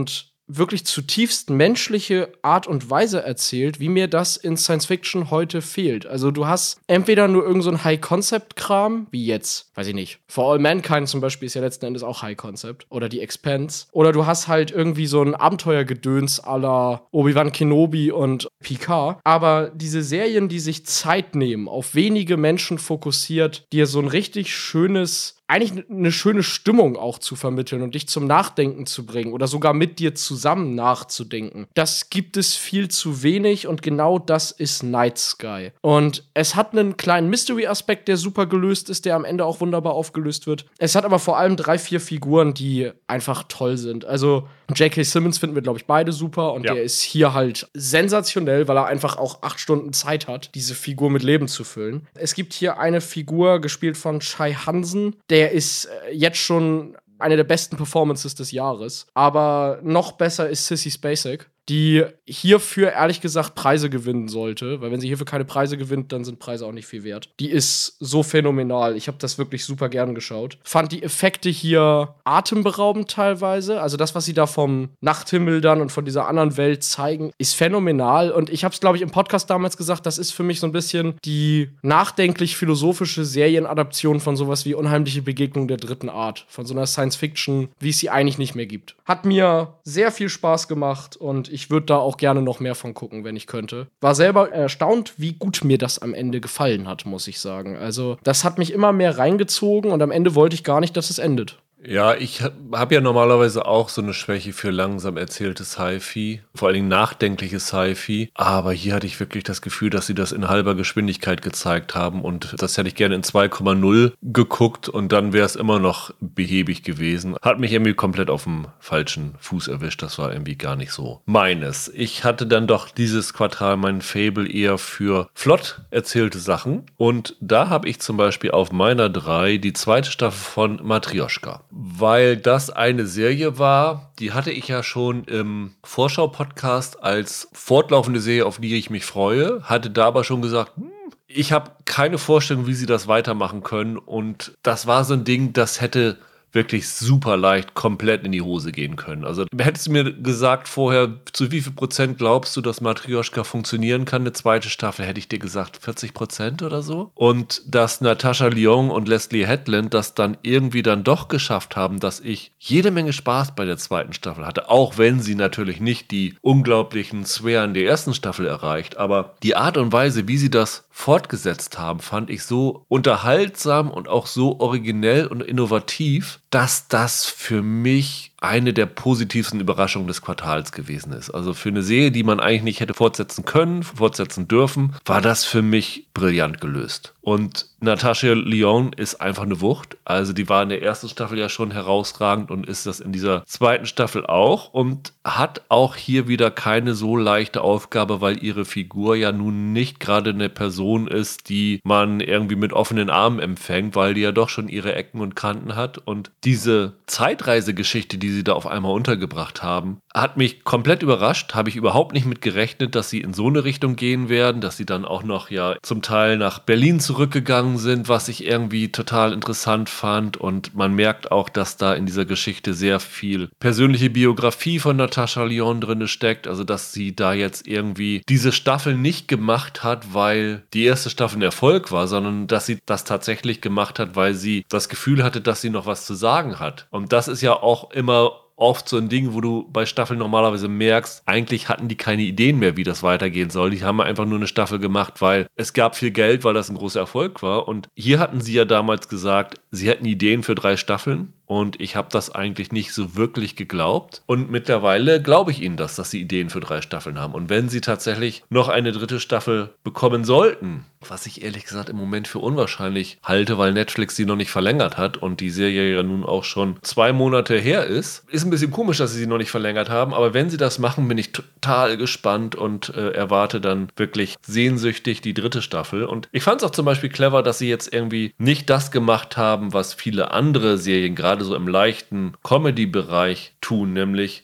Speaker 2: wirklich zutiefst menschliche Art und Weise erzählt, wie mir das in Science Fiction heute fehlt. Also du hast entweder nur irgend so ein High-Concept-Kram, wie jetzt, weiß ich nicht, For All Mankind zum Beispiel ist ja letzten Endes auch High-Concept, oder die Expanse, oder du hast halt irgendwie so ein Abenteuergedöns à la Obi-Wan Kenobi und Picard, aber diese Serien, die sich Zeit nehmen, auf wenige Menschen fokussiert, dir so ein richtig schönes eigentlich eine schöne Stimmung auch zu vermitteln und dich zum Nachdenken zu bringen oder sogar mit dir zusammen nachzudenken. Das gibt es viel zu wenig und genau das ist Night Sky. Und es hat einen kleinen Mystery-Aspekt, der super gelöst ist, der am Ende auch wunderbar aufgelöst wird. Es hat aber vor allem drei, vier Figuren, die einfach toll sind. Also J K. Simmons finden wir, glaube ich, beide super und ja. Der ist hier halt sensationell, weil er einfach auch acht Stunden Zeit hat, diese Figur mit Leben zu füllen. Es gibt hier eine Figur, gespielt von Shai Hansen, der ist jetzt schon eine der besten Performances des Jahres. Aber noch besser ist Sissy Spacek, die hierfür ehrlich gesagt Preise gewinnen sollte, weil wenn sie hierfür keine Preise gewinnt, dann sind Preise auch nicht viel wert. Die ist so phänomenal. Ich habe das wirklich super gern geschaut. Fand die Effekte hier atemberaubend teilweise. Also das, was sie da vom Nachthimmel dann und von dieser anderen Welt zeigen, ist phänomenal. Und ich habe es, glaube ich, im Podcast damals gesagt, das ist für mich so ein bisschen die nachdenklich-philosophische Serienadaption von sowas wie Unheimliche Begegnung der dritten Art. Von so einer Science-Fiction, wie es sie eigentlich nicht mehr gibt. Hat mir sehr viel Spaß gemacht und ich würde da auch gerne noch mehr von gucken, wenn ich könnte. War selber erstaunt, wie gut mir das am Ende gefallen hat, muss ich sagen. Also, das hat mich immer mehr reingezogen und am Ende wollte ich gar nicht, dass es endet.
Speaker 1: Ja, ich habe ja normalerweise auch so eine Schwäche für langsam erzähltes Sci-Fi, vor allen Dingen nachdenkliches Sci-Fi, aber hier hatte ich wirklich das Gefühl, dass sie das in halber Geschwindigkeit gezeigt haben und das hätte ich gerne in zwei Komma null geguckt und dann wäre es immer noch behäbig gewesen. Hat mich irgendwie komplett auf dem falschen Fuß erwischt, das war irgendwie gar nicht so meines. Ich hatte dann doch dieses Quartal mein Faible eher für flott erzählte Sachen und da habe ich zum Beispiel auf meiner drei die zweite Staffel von Matryoshka. Weil das eine Serie war, die hatte ich ja schon im Vorschau-Podcast als fortlaufende Serie, auf die ich mich freue, hatte da aber schon gesagt, hm, ich habe keine Vorstellung, wie sie das weitermachen können und das war so ein Ding, das hätte wirklich super leicht komplett in die Hose gehen können. Also hättest du mir gesagt vorher, zu wie viel Prozent glaubst du, dass Matryoshka funktionieren kann, eine zweite Staffel, hätte ich dir gesagt vierzig Prozent oder so. Und dass Natasha Lyonne und Leslie Headland das dann irgendwie dann doch geschafft haben, dass ich jede Menge Spaß bei der zweiten Staffel hatte, auch wenn sie natürlich nicht die unglaublichen Sphären der ersten Staffel erreicht, aber die Art und Weise, wie sie das fortgesetzt haben, fand ich so unterhaltsam und auch so originell und innovativ, dass das für mich eine der positivsten Überraschungen des Quartals gewesen ist. Also für eine Serie, die man eigentlich nicht hätte fortsetzen können, fortsetzen dürfen, war das für mich brillant gelöst. Und Natasha Lyonne ist einfach eine Wucht. Also die war in der ersten Staffel ja schon herausragend und ist das in dieser zweiten Staffel auch und hat auch hier wieder keine so leichte Aufgabe, weil ihre Figur ja nun nicht gerade eine Person ist, die man irgendwie mit offenen Armen empfängt, weil die ja doch schon ihre Ecken und Kanten hat. Und diese Zeitreisegeschichte, die sie da auf einmal untergebracht haben, hat mich komplett überrascht. Habe ich überhaupt nicht mit gerechnet, dass sie in so eine Richtung gehen werden, dass sie dann auch noch ja zum Teil nach Berlin zurückgegangen sind, was ich irgendwie total interessant fand. Und man merkt auch, dass da in dieser Geschichte sehr viel persönliche Biografie von Natasha Lyonne drin steckt. Also, dass sie da jetzt irgendwie diese Staffel nicht gemacht hat, weil die erste Staffel ein Erfolg war, sondern dass sie das tatsächlich gemacht hat, weil sie das Gefühl hatte, dass sie noch was zu sagen hat. Und das ist ja auch immer oft so ein Ding, wo du bei Staffeln normalerweise merkst, eigentlich hatten die keine Ideen mehr, wie das weitergehen soll. Die haben einfach nur eine Staffel gemacht, weil es gab viel Geld, weil das ein großer Erfolg war. Und hier hatten sie ja damals gesagt, sie hätten Ideen für drei Staffeln. Und ich habe das eigentlich nicht so wirklich geglaubt. Und mittlerweile glaube ich ihnen das, dass sie Ideen für drei Staffeln haben. Und wenn sie tatsächlich noch eine dritte Staffel bekommen sollten, was ich ehrlich gesagt im Moment für unwahrscheinlich halte, weil Netflix sie noch nicht verlängert hat und die Serie ja nun auch schon zwei Monate her ist, ist ein bisschen komisch, dass sie sie noch nicht verlängert haben. Aber wenn sie das machen, bin ich total gespannt und äh, erwarte dann wirklich sehnsüchtig die dritte Staffel. Und ich fand es auch zum Beispiel clever, dass sie jetzt irgendwie nicht das gemacht haben, was viele andere Serien gerade so im leichten Comedy-Bereich tun, nämlich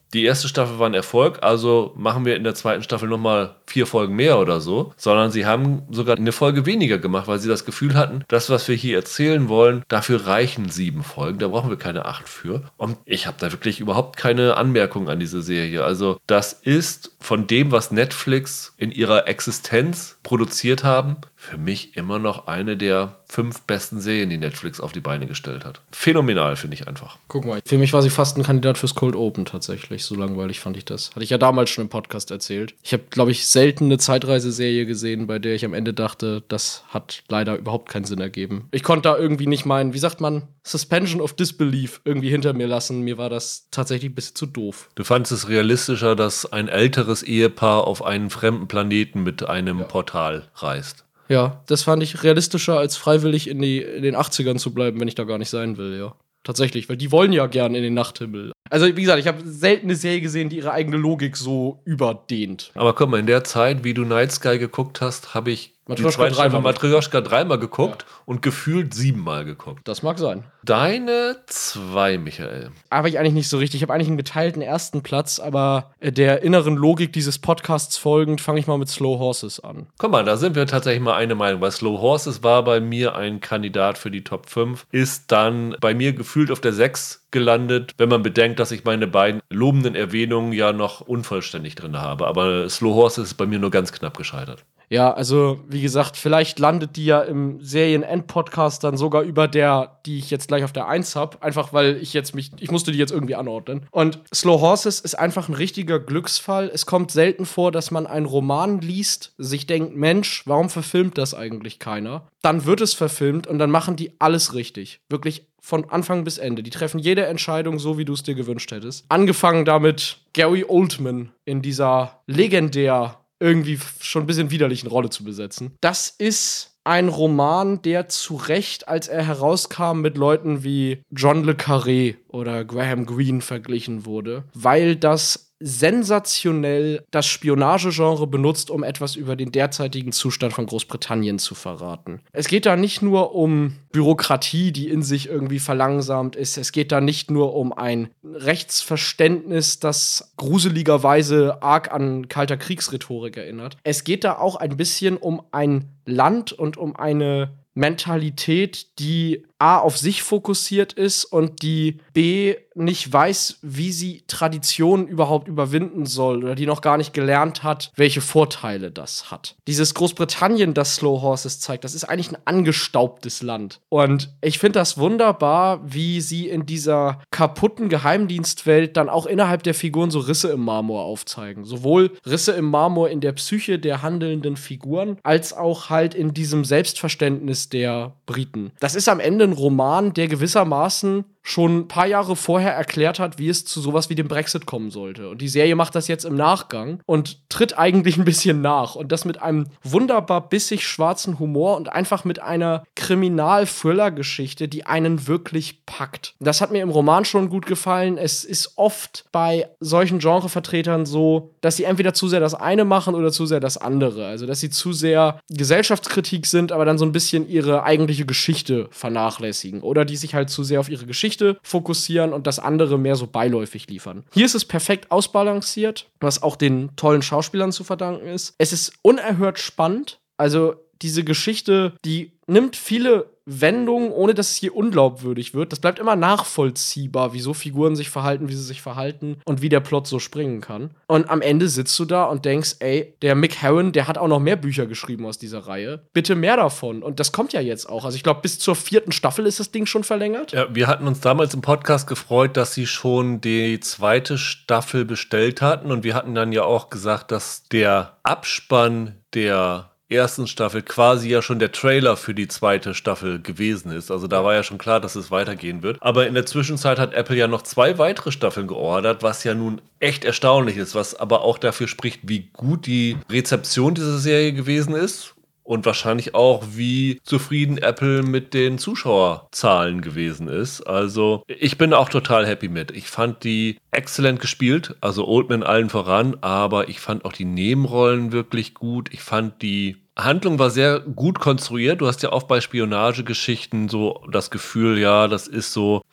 Speaker 1: die erste Staffel war ein Erfolg, also machen wir in der zweiten Staffel nochmal vier Folgen mehr oder so, sondern sie haben sogar eine Folge weniger gemacht, weil sie das Gefühl hatten, das, was wir hier erzählen wollen, dafür reichen sieben Folgen, da brauchen wir keine acht für. Und ich habe da wirklich überhaupt keine Anmerkung an diese Serie. Also das ist von dem, was Netflix in ihrer Existenz produziert haben, für mich immer noch eine der fünf besten Serien, die Netflix auf die Beine gestellt hat. Phänomenal, finde ich einfach.
Speaker 2: Guck mal, für mich war sie fast ein Kandidat fürs Cold Open tatsächlich. So langweilig fand ich das. Hatte ich ja damals schon im Podcast erzählt. Ich habe, glaube ich, selten eine Zeitreiseserie gesehen, bei der ich am Ende dachte, das hat leider überhaupt keinen Sinn ergeben. Ich konnte da irgendwie nicht meinen, wie sagt man, Suspension of Disbelief irgendwie hinter mir lassen. Mir war das tatsächlich ein bisschen zu doof.
Speaker 1: Du fandest es realistischer, dass ein älteres Ehepaar auf einen fremden Planeten mit einem ja. Portal reist?
Speaker 2: Ja, das fand ich realistischer, als freiwillig in, die, in den achtzigern zu bleiben, wenn ich da gar nicht sein will, ja. Tatsächlich, weil die wollen ja gern in den Nachthimmel. Also, wie gesagt, ich habe selten eine Serie gesehen, die ihre eigene Logik so überdehnt.
Speaker 1: Aber guck mal, in der Zeit, wie du Night Sky geguckt hast, habe ich Matryoshka dreimal Matryoshka dreimal geguckt ja. und gefühlt siebenmal geguckt.
Speaker 2: Das mag sein.
Speaker 1: Deine zwei, Michael.
Speaker 2: Aber ich eigentlich nicht so richtig. Ich habe eigentlich einen geteilten ersten Platz, aber der inneren Logik dieses Podcasts folgend fange ich mal mit Slow Horses an.
Speaker 1: Guck mal, da sind wir tatsächlich mal eine Meinung. Weil Slow Horses war bei mir ein Kandidat für die Top fünf, ist dann bei mir gefühlt auf der sechs gelandet, wenn man bedenkt, dass ich meine beiden lobenden Erwähnungen ja noch unvollständig drin habe. Aber Slow Horses ist bei mir nur ganz knapp gescheitert.
Speaker 2: Ja, also wie gesagt, vielleicht landet die ja im Serien-End-Podcast dann sogar über der, die ich jetzt gleich auf der eins habe, einfach weil ich jetzt mich, ich musste die jetzt irgendwie anordnen. Und Slow Horses ist einfach ein richtiger Glücksfall. Es kommt selten vor, dass man einen Roman liest, sich denkt, Mensch, warum verfilmt das eigentlich keiner? Dann wird es verfilmt und dann machen die alles richtig. Wirklich von Anfang bis Ende. Die treffen jede Entscheidung so, wie du es dir gewünscht hättest. Angefangen damit, Gary Oldman in dieser legendär irgendwie schon ein bisschen widerlichen Rolle zu besetzen. Das ist ein Roman, der zu Recht, als er herauskam, mit Leuten wie John le Carré oder Graham Greene verglichen wurde, weil das sensationell das Spionagegenre benutzt, um etwas über den derzeitigen Zustand von Großbritannien zu verraten. Es geht da nicht nur um Bürokratie, die in sich irgendwie verlangsamt ist. Es geht da nicht nur um ein Rechtsverständnis, das gruseligerweise arg an kalter Kriegsrhetorik erinnert. Es geht da auch ein bisschen um ein Land und um eine Mentalität, die A, auf sich fokussiert ist und die B, nicht weiß, wie sie Traditionen überhaupt überwinden soll oder die noch gar nicht gelernt hat, welche Vorteile das hat. Dieses Großbritannien, das Slow Horses zeigt, das ist eigentlich ein angestaubtes Land. Und ich finde das wunderbar, wie sie in dieser kaputten Geheimdienstwelt dann auch innerhalb der Figuren so Risse im Marmor aufzeigen. Sowohl Risse im Marmor in der Psyche der handelnden Figuren, als auch halt in diesem Selbstverständnis der Briten. Das ist am Ende ein Roman, der gewissermaßen schon ein paar Jahre vorher erklärt hat, wie es zu sowas wie dem Brexit kommen sollte. Und die Serie macht das jetzt im Nachgang und tritt eigentlich ein bisschen nach. Und das mit einem wunderbar bissig schwarzen Humor und einfach mit einer Kriminal-Thriller-Geschichte, die einen wirklich packt. Das hat mir im Roman schon gut gefallen. Es ist oft bei solchen Genrevertretern so, dass sie entweder zu sehr das eine machen oder zu sehr das andere. Also, dass sie zu sehr Gesellschaftskritik sind, aber dann so ein bisschen ihre eigentliche Geschichte vernachlässigen. Oder die sich halt zu sehr auf ihre Geschichte fokussieren und das andere mehr so beiläufig liefern. Hier ist es perfekt ausbalanciert, was auch den tollen Schauspielern zu verdanken ist. Es ist unerhört spannend. Also diese Geschichte, die nimmt viele Wendungen, ohne dass es hier unglaubwürdig wird. Das bleibt immer nachvollziehbar, wie so Figuren sich verhalten, wie sie sich verhalten und wie der Plot so springen kann. Und am Ende sitzt du da und denkst, ey, der Mick Herron, der hat auch noch mehr Bücher geschrieben aus dieser Reihe. Bitte mehr davon. Und das kommt ja jetzt auch. Also ich glaube, bis zur vierten Staffel ist das Ding schon verlängert.
Speaker 1: Ja, wir hatten uns damals im Podcast gefreut, dass sie schon die zweite Staffel bestellt hatten. Und wir hatten dann ja auch gesagt, dass der Abspann der ersten Staffel quasi ja schon der Trailer für die zweite Staffel gewesen ist. Also da war ja schon klar, dass es weitergehen wird. Aber in der Zwischenzeit hat Apple ja noch zwei weitere Staffeln geordert, was ja nun echt erstaunlich ist, was aber auch dafür spricht, wie gut die Rezeption dieser Serie gewesen ist. Und wahrscheinlich auch, wie zufrieden Apple mit den Zuschauerzahlen gewesen ist. Also ich bin auch total happy mit. Ich fand die exzellent gespielt, also Oldman allen voran, aber ich fand auch die Nebenrollen wirklich gut. Ich fand die Handlung war sehr gut konstruiert. Du hast ja auch bei Spionagegeschichten so das Gefühl, ja, das ist so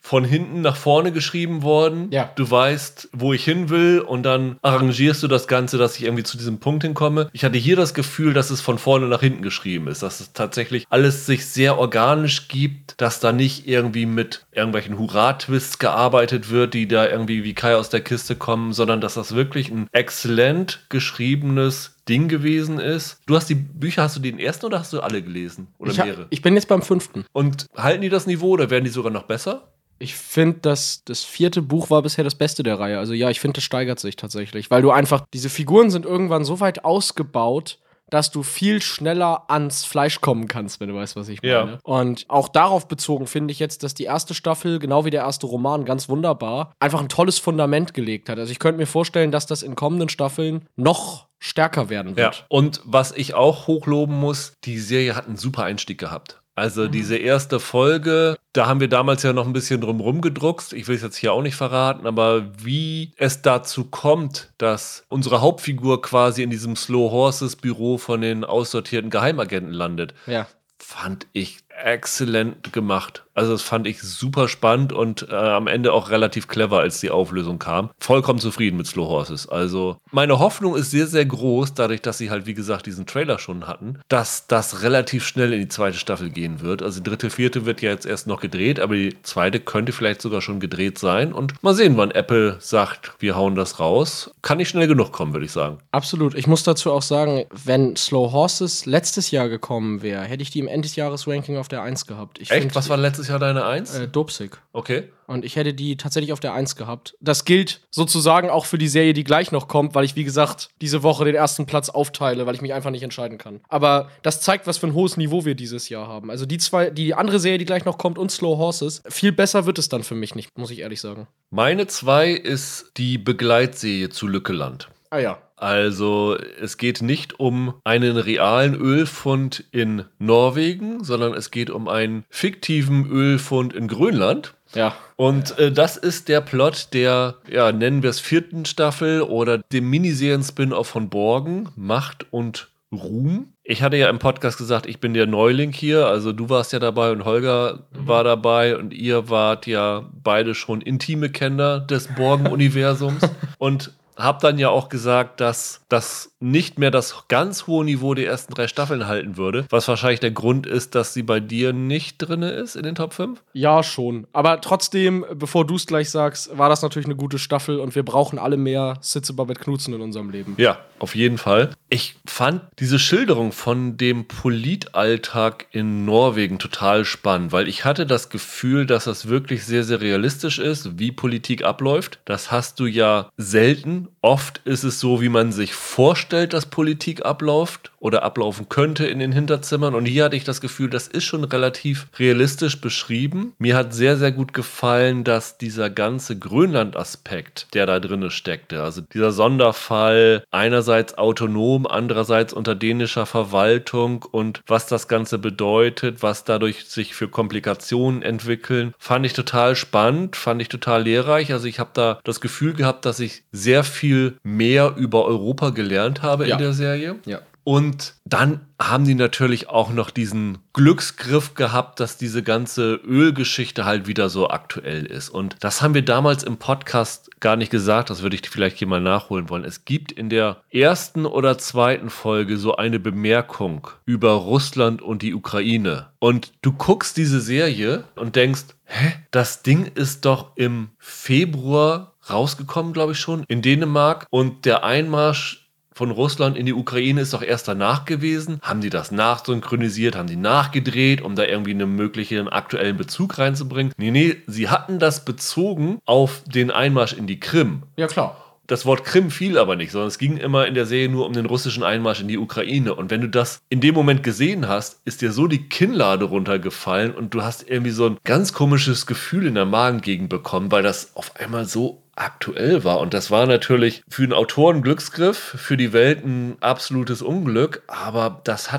Speaker 1: von hinten nach vorne geschrieben worden.
Speaker 2: Ja.
Speaker 1: Du weißt, wo ich hin will und dann arrangierst du das Ganze, dass ich irgendwie zu diesem Punkt hinkomme. Ich hatte hier das Gefühl, dass es von vorne nach hinten geschrieben ist, dass es tatsächlich alles sich sehr organisch gibt, dass da nicht irgendwie mit irgendwelchen Hurra-Twists gearbeitet wird, die da irgendwie wie Kai aus der Kiste kommen, sondern dass das wirklich ein exzellent geschriebenes Ding gewesen ist. Du hast die Bücher, hast du den ersten oder hast du alle gelesen? Oder
Speaker 2: ich, ha-
Speaker 1: mehrere?
Speaker 2: ich bin jetzt beim fünften.
Speaker 1: Und halten die das Niveau oder werden die sogar noch besser?
Speaker 2: Ich finde, dass das vierte Buch war bisher das Beste der Reihe. Also ja, ich finde, das steigert sich tatsächlich. Weil du einfach, diese Figuren sind irgendwann so weit ausgebaut, dass du viel schneller ans Fleisch kommen kannst, wenn du weißt, was ich meine.
Speaker 1: Ja.
Speaker 2: Und auch darauf bezogen finde ich jetzt, dass die erste Staffel, genau wie der erste Roman, ganz wunderbar, einfach ein tolles Fundament gelegt hat. Also ich könnte mir vorstellen, dass das in kommenden Staffeln noch stärker werden wird.
Speaker 1: Ja. Und was ich auch hochloben muss, die Serie hat einen super Einstieg gehabt. Also mhm. diese erste Folge, da haben wir damals ja noch ein bisschen drumrum gedruckst. Ich will es jetzt hier auch nicht verraten, aber wie es dazu kommt, dass unsere Hauptfigur quasi in diesem Slow Horses Büro von den aussortierten Geheimagenten landet,
Speaker 2: ja.
Speaker 1: fand ich exzellent gemacht. Also das fand ich super spannend und äh, am Ende auch relativ clever, als die Auflösung kam. Vollkommen zufrieden mit Slow Horses. Also meine Hoffnung ist sehr, sehr groß, dadurch, dass sie halt, wie gesagt, diesen Trailer schon hatten, dass das relativ schnell in die zweite Staffel gehen wird. Also die dritte, vierte wird ja jetzt erst noch gedreht, aber die zweite könnte vielleicht sogar schon gedreht sein. Und mal sehen, wann Apple sagt, wir hauen das raus. Kann nicht schnell genug kommen, würde ich sagen.
Speaker 2: Absolut. Ich muss dazu auch sagen, wenn Slow Horses letztes Jahr gekommen wäre, hätte ich die im Endesjahres-Ranking auf der eins gehabt. Ich
Speaker 1: Echt?
Speaker 2: find,
Speaker 1: Was war letztes Jahr deine eins?
Speaker 2: Äh, Dopesick.
Speaker 1: Okay.
Speaker 2: Und ich hätte die tatsächlich auf der eins gehabt. Das gilt sozusagen auch für die Serie, die gleich noch kommt, weil ich, wie gesagt, diese Woche den ersten Platz aufteile, weil ich mich einfach nicht entscheiden kann. Aber das zeigt, was für ein hohes Niveau wir dieses Jahr haben. Also die zwei, die andere Serie, die gleich noch kommt und Slow Horses, viel besser wird es dann für mich nicht, muss ich ehrlich sagen.
Speaker 1: Meine zwei ist die Begleitserie zu Lückeland.
Speaker 2: Ah ja.
Speaker 1: Also es geht nicht um einen realen Ölfund in Norwegen, sondern es geht um einen fiktiven Ölfund in Grönland.
Speaker 2: Ja.
Speaker 1: Und äh, das ist der Plot der, ja, nennen wir es vierten Staffel oder dem Miniserien-Spin-Off von Borgen, Macht und Ruhm. Ich hatte ja im Podcast gesagt, ich bin der Neuling hier, also du warst ja dabei und Holger mhm. war dabei und ihr wart ja beide schon intime Kenner des Borgen-Universums und hab dann ja auch gesagt, dass das nicht mehr das ganz hohe Niveau der ersten drei Staffeln halten würde, was wahrscheinlich der Grund ist, dass sie bei dir nicht drin ist in den Top fünf?
Speaker 2: Ja, schon. Aber trotzdem, bevor du es gleich sagst, war das natürlich eine gute Staffel und wir brauchen alle mehr Sitze Babette Knudsen in unserem Leben.
Speaker 1: Ja, auf jeden Fall. Ich fand diese Schilderung von dem Politalltag in Norwegen total spannend, weil ich hatte das Gefühl, dass das wirklich sehr, sehr realistisch ist, wie Politik abläuft. Das hast du ja selten. Oft ist es so, wie man sich vorstellt, dass Politik abläuft oder ablaufen könnte in den Hinterzimmern. Und hier hatte ich das Gefühl, das ist schon relativ realistisch beschrieben. Mir hat sehr, sehr gut gefallen, dass dieser ganze Grönland-Aspekt, der da drin steckte, also dieser Sonderfall, einerseits autonom, andererseits unter dänischer Verwaltung und was das Ganze bedeutet, was dadurch sich für Komplikationen entwickeln, fand ich total spannend, fand ich total lehrreich. Also ich habe da das Gefühl gehabt, dass ich sehr viel mehr über Europa gelernt habe
Speaker 2: ja.
Speaker 1: in der Serie.
Speaker 2: Ja.
Speaker 1: Und dann haben die natürlich auch noch diesen Glücksgriff gehabt, dass diese ganze Ölgeschichte halt wieder so aktuell ist. Und das haben wir damals im Podcast gar nicht gesagt, das würde ich vielleicht hier mal nachholen wollen. Es gibt in der ersten oder zweiten Folge so eine Bemerkung über Russland und die Ukraine. Und du guckst diese Serie und denkst, hä, das Ding ist doch im Februar rausgekommen, glaube ich schon, in Dänemark. Und der Einmarsch von Russland in die Ukraine ist doch erst danach gewesen. Haben die das nachsynchronisiert, haben die nachgedreht, um da irgendwie einen möglichen aktuellen Bezug reinzubringen? Nee, nee, sie hatten das bezogen auf den Einmarsch in die Krim.
Speaker 2: Ja, klar.
Speaker 1: Das Wort Krim fiel aber nicht, sondern es ging immer in der Serie nur um den russischen Einmarsch in die Ukraine. Und wenn du das in dem Moment gesehen hast, ist dir so die Kinnlade runtergefallen und du hast irgendwie so ein ganz komisches Gefühl in der Magengegend bekommen, weil das auf einmal so aktuell war. Und das war natürlich für den Autor ein Glücksgriff, für die Welt ein absolutes Unglück, aber das hat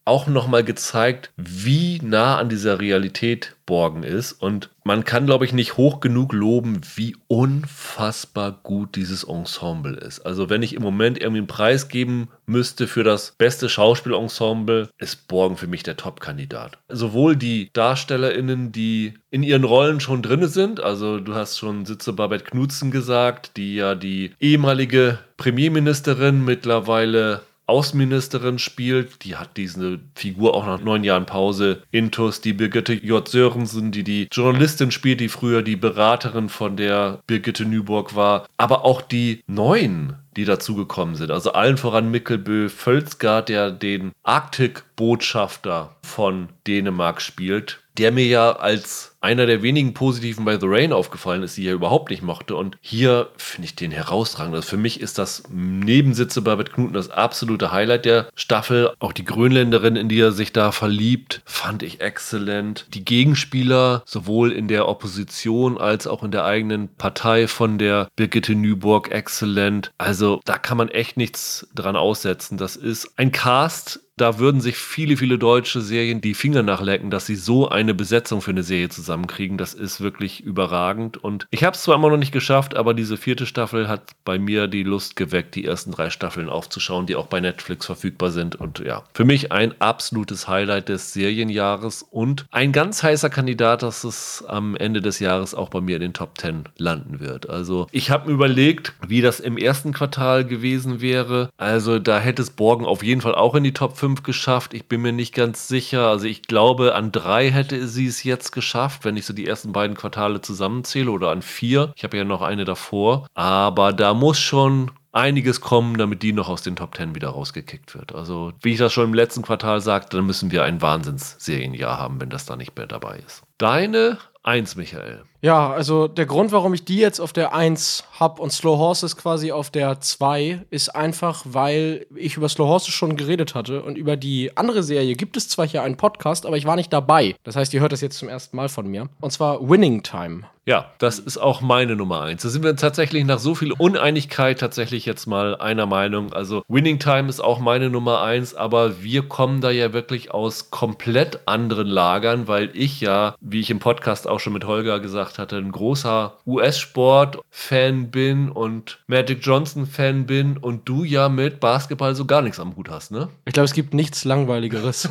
Speaker 1: auch nochmal gezeigt, wie nah an dieser Realität Borgen ist. Und man kann, glaube ich, nicht hoch genug loben, wie unfassbar gut dieses Ensemble ist. Also wenn ich im Moment irgendwie einen Preis geben müsste für das beste Schauspielensemble, ist Borgen für mich der Top-Kandidat. Sowohl die DarstellerInnen, die in ihren Rollen schon drin sind, also du hast schon Sitze Babette Knudsen gesagt, die ja die ehemalige Premierministerin, mittlerweile Außenministerin spielt, die hat diese Figur auch nach neun Jahren Pause intus, die Birgitte J. Sörensen, die die Journalistin spielt, die früher die Beraterin von der Birgitte Nyborg war, aber auch die Neuen, die dazugekommen sind, also allen voran Mikkelbø Følsgaard, der den Arktik-Botschafter von Dänemark spielt, der mir ja als einer der wenigen Positiven bei The Rain aufgefallen ist, die er überhaupt nicht mochte. Und hier finde ich den herausragend. Also für mich ist das neben Sitze Babette Knudsen das absolute Highlight der Staffel. Auch die Grönländerin, in die er sich da verliebt, fand ich exzellent. Die Gegenspieler, sowohl in der Opposition als auch in der eigenen Partei von der Birgitte Nyborg, exzellent. Also da kann man echt nichts dran aussetzen. Das ist ein Cast, da würden sich viele, viele deutsche Serien die Finger nachlecken, dass sie so eine Besetzung für eine Serie zusammenkriegen. Das ist wirklich überragend. Und ich habe es zwar immer noch nicht geschafft, aber diese vierte Staffel hat bei mir die Lust geweckt, die ersten drei Staffeln aufzuschauen, die auch bei Netflix verfügbar sind. Und ja, für mich ein absolutes Highlight des Serienjahres und ein ganz heißer Kandidat, dass es am Ende des Jahres auch bei mir in den Top zehn landen wird. Also ich habe mir überlegt, wie das im ersten Quartal gewesen wäre. Also da hätte es Borgen auf jeden Fall auch in die Top fünf geschafft. Ich bin mir nicht ganz sicher. Also ich glaube, an drei hätte sie es jetzt geschafft, wenn ich so die ersten beiden Quartale zusammenzähle, oder an vier. Ich habe ja noch eine davor. Aber da muss schon einiges kommen, damit die noch aus den Top zehn wieder rausgekickt wird. Also wie ich das schon im letzten Quartal sagte, dann müssen wir ein Wahnsinnsserienjahr haben, wenn das da nicht mehr dabei ist. Deine eins, Michael.
Speaker 2: Ja, also der Grund, warum ich die jetzt auf der eins hab und Slow Horses quasi auf der zwei, ist einfach, weil ich über Slow Horses schon geredet hatte und über die andere Serie gibt es zwar hier einen Podcast, aber ich war nicht dabei. Das heißt, ihr hört das jetzt zum ersten Mal von mir. Und zwar Winning Time.
Speaker 1: Ja, das ist auch meine Nummer eins. Da sind wir tatsächlich nach so viel Uneinigkeit tatsächlich jetzt mal einer Meinung. Also Winning Time ist auch meine Nummer eins, aber wir kommen da ja wirklich aus komplett anderen Lagern, weil ich ja, wie ich im Podcast auch schon mit Holger gesagt hatte, ein großer U S-Sport-Fan bin und Magic Johnson-Fan bin und du ja mit Basketball so gar nichts am Hut hast, ne?
Speaker 2: Ich glaube, es gibt nichts Langweiligeres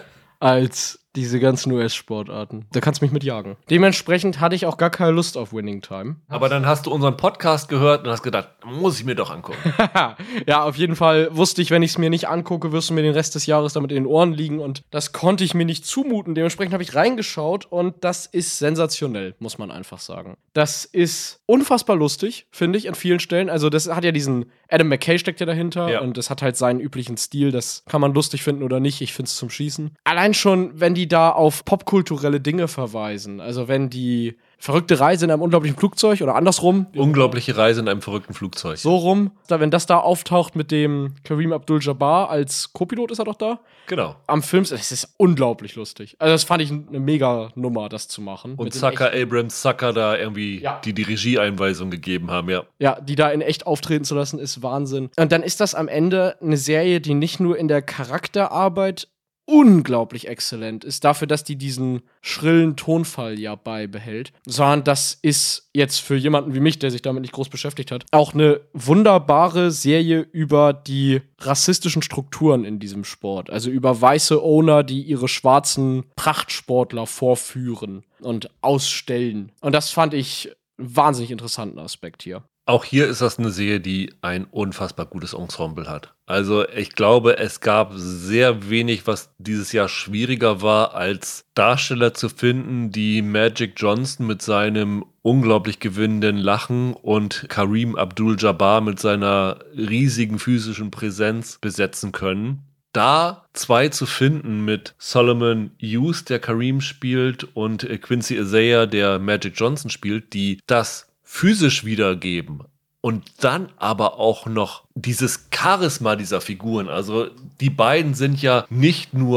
Speaker 2: als diese ganzen U S-Sportarten. Da kannst du mich mit jagen. Dementsprechend hatte ich auch gar keine Lust auf Winning Time.
Speaker 1: Aber dann hast du unseren Podcast gehört und hast gedacht, muss ich mir doch angucken.
Speaker 2: Ja, auf jeden Fall wusste ich, wenn ich es mir nicht angucke, wirst du mir den Rest des Jahres damit in den Ohren liegen und das konnte ich mir nicht zumuten. Dementsprechend habe ich reingeschaut und das ist sensationell, muss man einfach sagen. Das ist unfassbar lustig, finde ich, an vielen Stellen. Also das hat ja diesen, Adam McKay steckt ja dahinter, ja, und das hat halt seinen üblichen Stil. Das kann man lustig finden oder nicht. Ich finde es zum Schießen. Allein schon, wenn die da auf popkulturelle Dinge verweisen. Also wenn die verrückte Reise in einem unglaublichen Flugzeug oder andersrum.
Speaker 1: Unglaubliche Reise in einem verrückten Flugzeug.
Speaker 2: So rum. Da, wenn das da auftaucht mit dem Kareem Abdul-Jabbar als Co-Pilot, ist er doch da?
Speaker 1: Genau.
Speaker 2: Am Film, das ist unglaublich lustig. Also das fand ich eine mega Nummer, das zu machen.
Speaker 1: Und Zucker, Abrams Zucker da irgendwie ja. die die Regieeinweisung gegeben haben, ja.
Speaker 2: Ja, die da in echt auftreten zu lassen, ist Wahnsinn. Und dann ist das am Ende eine Serie, die nicht nur in der Charakterarbeit unglaublich exzellent ist, dafür, dass die diesen schrillen Tonfall ja beibehält, sondern das ist jetzt für jemanden wie mich, der sich damit nicht groß beschäftigt hat, auch eine wunderbare Serie über die rassistischen Strukturen in diesem Sport. Also über weiße Owner, die ihre schwarzen Prachtsportler vorführen und ausstellen. Und das fand ich einen wahnsinnig interessanten Aspekt hier.
Speaker 1: Auch hier ist das eine Serie, die ein unfassbar gutes Ensemble hat. Also ich glaube, es gab sehr wenig, was dieses Jahr schwieriger war, als Darsteller zu finden, die Magic Johnson mit seinem unglaublich gewinnenden Lachen und Kareem Abdul-Jabbar mit seiner riesigen physischen Präsenz besetzen können. Da zwei zu finden mit Solomon Hughes, der Kareem spielt, und Quincy Isaiah, der Magic Johnson spielt, die das physisch wiedergeben und dann aber auch noch dieses Charisma dieser Figuren. Also die beiden sind ja nicht nur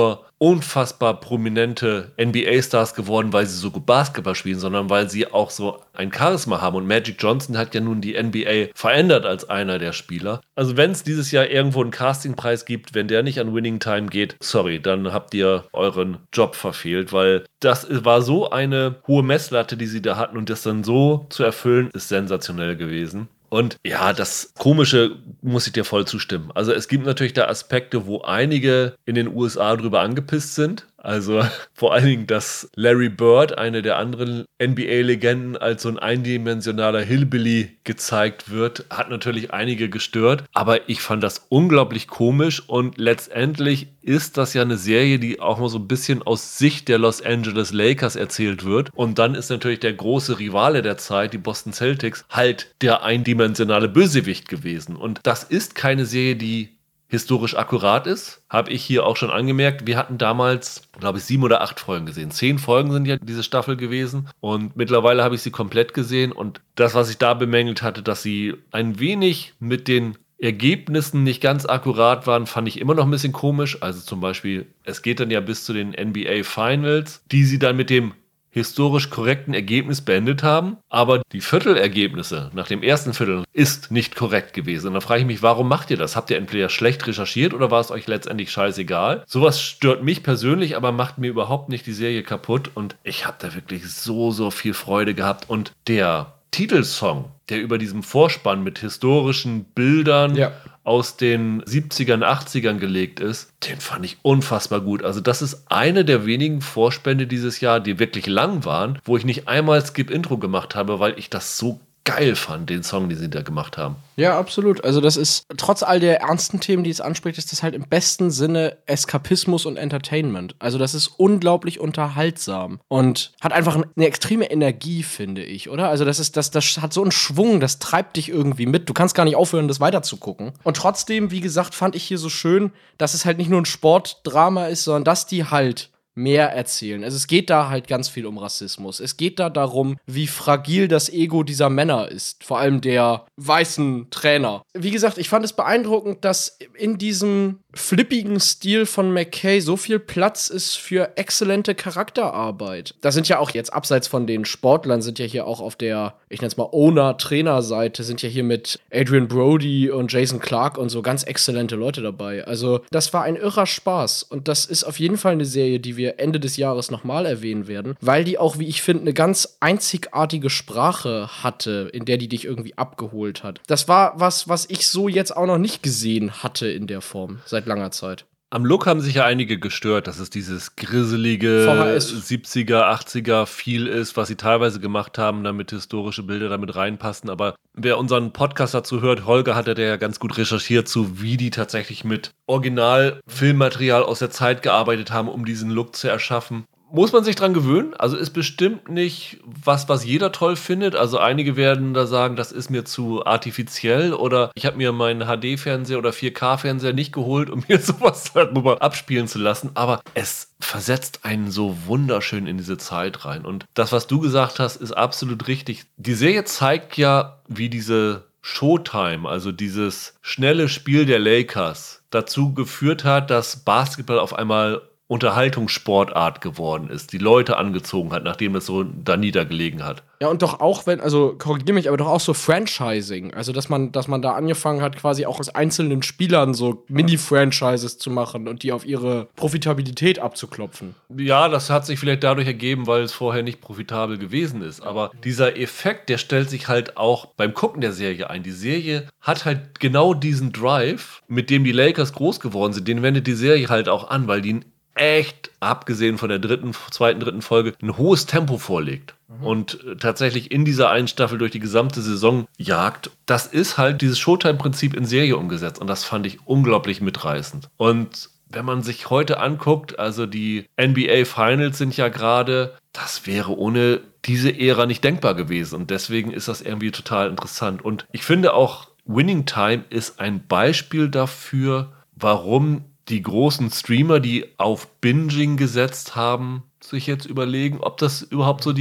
Speaker 1: unfassbar prominente N B A-Stars geworden, weil sie so gut Basketball spielen, sondern weil sie auch so ein Charisma haben. Und Magic Johnson hat ja nun die N B A verändert als einer der Spieler. Also wenn es dieses Jahr irgendwo einen Castingpreis gibt, wenn der nicht an Winning Time geht, sorry, dann habt ihr euren Job verfehlt, weil das war so eine hohe Messlatte, die sie da hatten, und das dann so zu erfüllen, ist sensationell gewesen. Und ja, das Komische muss ich dir voll zustimmen. Also es gibt natürlich da Aspekte, wo einige in den U S A drüber angepisst sind. Also vor allen Dingen, dass Larry Bird, eine der anderen N B A-Legenden, als so ein eindimensionaler Hillbilly gezeigt wird, hat natürlich einige gestört. Aber ich fand das unglaublich komisch, und letztendlich ist das ja eine Serie, die auch mal so ein bisschen aus Sicht der Los Angeles Lakers erzählt wird. Und dann ist natürlich der große Rivale der Zeit, die Boston Celtics, halt der eindimensionale Bösewicht gewesen. Und das ist keine Serie, die historisch akkurat ist, habe ich hier auch schon angemerkt. Wir hatten damals, glaube ich, sieben oder acht Folgen gesehen. Zehn Folgen sind ja diese Staffel gewesen, und mittlerweile habe ich sie komplett gesehen, und das, was ich da bemängelt hatte, dass sie ein wenig mit den Ergebnissen nicht ganz akkurat waren, fand ich immer noch ein bisschen komisch. Also zum Beispiel, es geht dann ja bis zu den N B A Finals, die sie dann mit dem historisch korrekten Ergebnis beendet haben, aber die Viertelergebnisse nach dem ersten Viertel ist nicht korrekt gewesen. Und da frage ich mich, warum macht ihr das? Habt ihr entweder schlecht recherchiert oder war es euch letztendlich scheißegal? Sowas stört mich persönlich, aber macht mir überhaupt nicht die Serie kaputt, und ich habe da wirklich so, so viel Freude gehabt. Und der Titelsong, der über diesem Vorspann mit historischen Bildern ja. aus den siebzigern, achtzigern gelegt ist, den fand ich unfassbar gut. Also das ist eine der wenigen Vorspänne dieses Jahr, die wirklich lang waren, wo ich nicht einmal Skip-Intro gemacht habe, weil ich das so geil fand, den Song, den sie da gemacht haben.
Speaker 2: Ja, absolut. Also das ist, trotz all der ernsten Themen, die es anspricht, ist das halt im besten Sinne Eskapismus und Entertainment. Also das ist unglaublich unterhaltsam und hat einfach eine extreme Energie, finde ich, oder? Also das ist, das, das hat so einen Schwung, das treibt dich irgendwie mit. Du kannst gar nicht aufhören, das weiterzugucken. Und trotzdem, wie gesagt, fand ich hier so schön, dass es halt nicht nur ein Sportdrama ist, sondern dass die halt mehr erzählen. Also es geht da halt ganz viel um Rassismus. Es geht da darum, wie fragil das Ego dieser Männer ist. Vor allem der weißen Trainer. Wie gesagt, ich fand es beeindruckend, dass in diesem flippigen Stil von McKay so viel Platz ist für exzellente Charakterarbeit. Da sind ja auch jetzt, abseits von den Sportlern, sind ja hier auch auf der, ich nenne es mal Owner-Trainer-Seite, sind ja hier mit Adrian Brody und Jason Clarke und so ganz exzellente Leute dabei. Also das war ein irrer Spaß, und das ist auf jeden Fall eine Serie, die wir Ende des Jahres nochmal erwähnen werden, weil die auch, wie ich finde, eine ganz einzigartige Sprache hatte, in der die dich irgendwie abgeholt hat. Das war was, was ich so jetzt auch noch nicht gesehen hatte in der Form, seit langer Zeit.
Speaker 1: Am Look haben sich ja einige gestört, dass es dieses grisselige
Speaker 2: V H S.
Speaker 1: siebziger, achtziger Feel ist, was sie teilweise gemacht haben, damit historische Bilder damit reinpassen. Aber wer unseren Podcast dazu hört, Holger hat ja ganz gut recherchiert zu, wie die tatsächlich mit Original-Filmmaterial aus der Zeit gearbeitet haben, um diesen Look zu erschaffen. Muss man sich dran gewöhnen? Also ist bestimmt nicht was, was jeder toll findet. Also einige werden da sagen, das ist mir zu artifiziell, oder ich habe mir meinen H D-Fernseher oder vier K-Fernseher nicht geholt, um mir sowas halt mal abspielen zu lassen. Aber es versetzt einen so wunderschön in diese Zeit rein. Und das, was du gesagt hast, ist absolut richtig. Die Serie zeigt ja, wie diese Showtime, also dieses schnelle Spiel der Lakers, dazu geführt hat, dass Basketball auf einmal Unterhaltungssportart geworden ist, die Leute angezogen hat, nachdem es so da niedergelegen hat.
Speaker 2: Ja, und doch auch, wenn, also korrigier mich, aber doch auch so Franchising. Also, dass man, dass man da angefangen hat, quasi auch aus einzelnen Spielern so Mini-Franchises zu machen und die auf ihre Profitabilität abzuklopfen.
Speaker 1: Ja, das hat sich vielleicht dadurch ergeben, weil es vorher nicht profitabel gewesen ist. Aber dieser Effekt, der stellt sich halt auch beim Gucken der Serie ein. Die Serie hat halt genau diesen Drive, mit dem die Lakers groß geworden sind. Den wendet die Serie halt auch an, weil die echt, abgesehen von der dritten, zweiten, dritten Folge, ein hohes Tempo vorlegt. Mhm. Und tatsächlich in dieser einen Staffel durch die gesamte Saison jagt. Das ist halt dieses Showtime-Prinzip in Serie umgesetzt. Und das fand ich unglaublich mitreißend. Und wenn man sich heute anguckt, also die N B A Finals sind ja gerade, das wäre ohne diese Ära nicht denkbar gewesen. Und deswegen ist das irgendwie total interessant. Und ich finde auch, Winning Time ist ein Beispiel dafür, warum die großen Streamer, die auf Binging gesetzt haben, sich jetzt überlegen, ob das überhaupt so die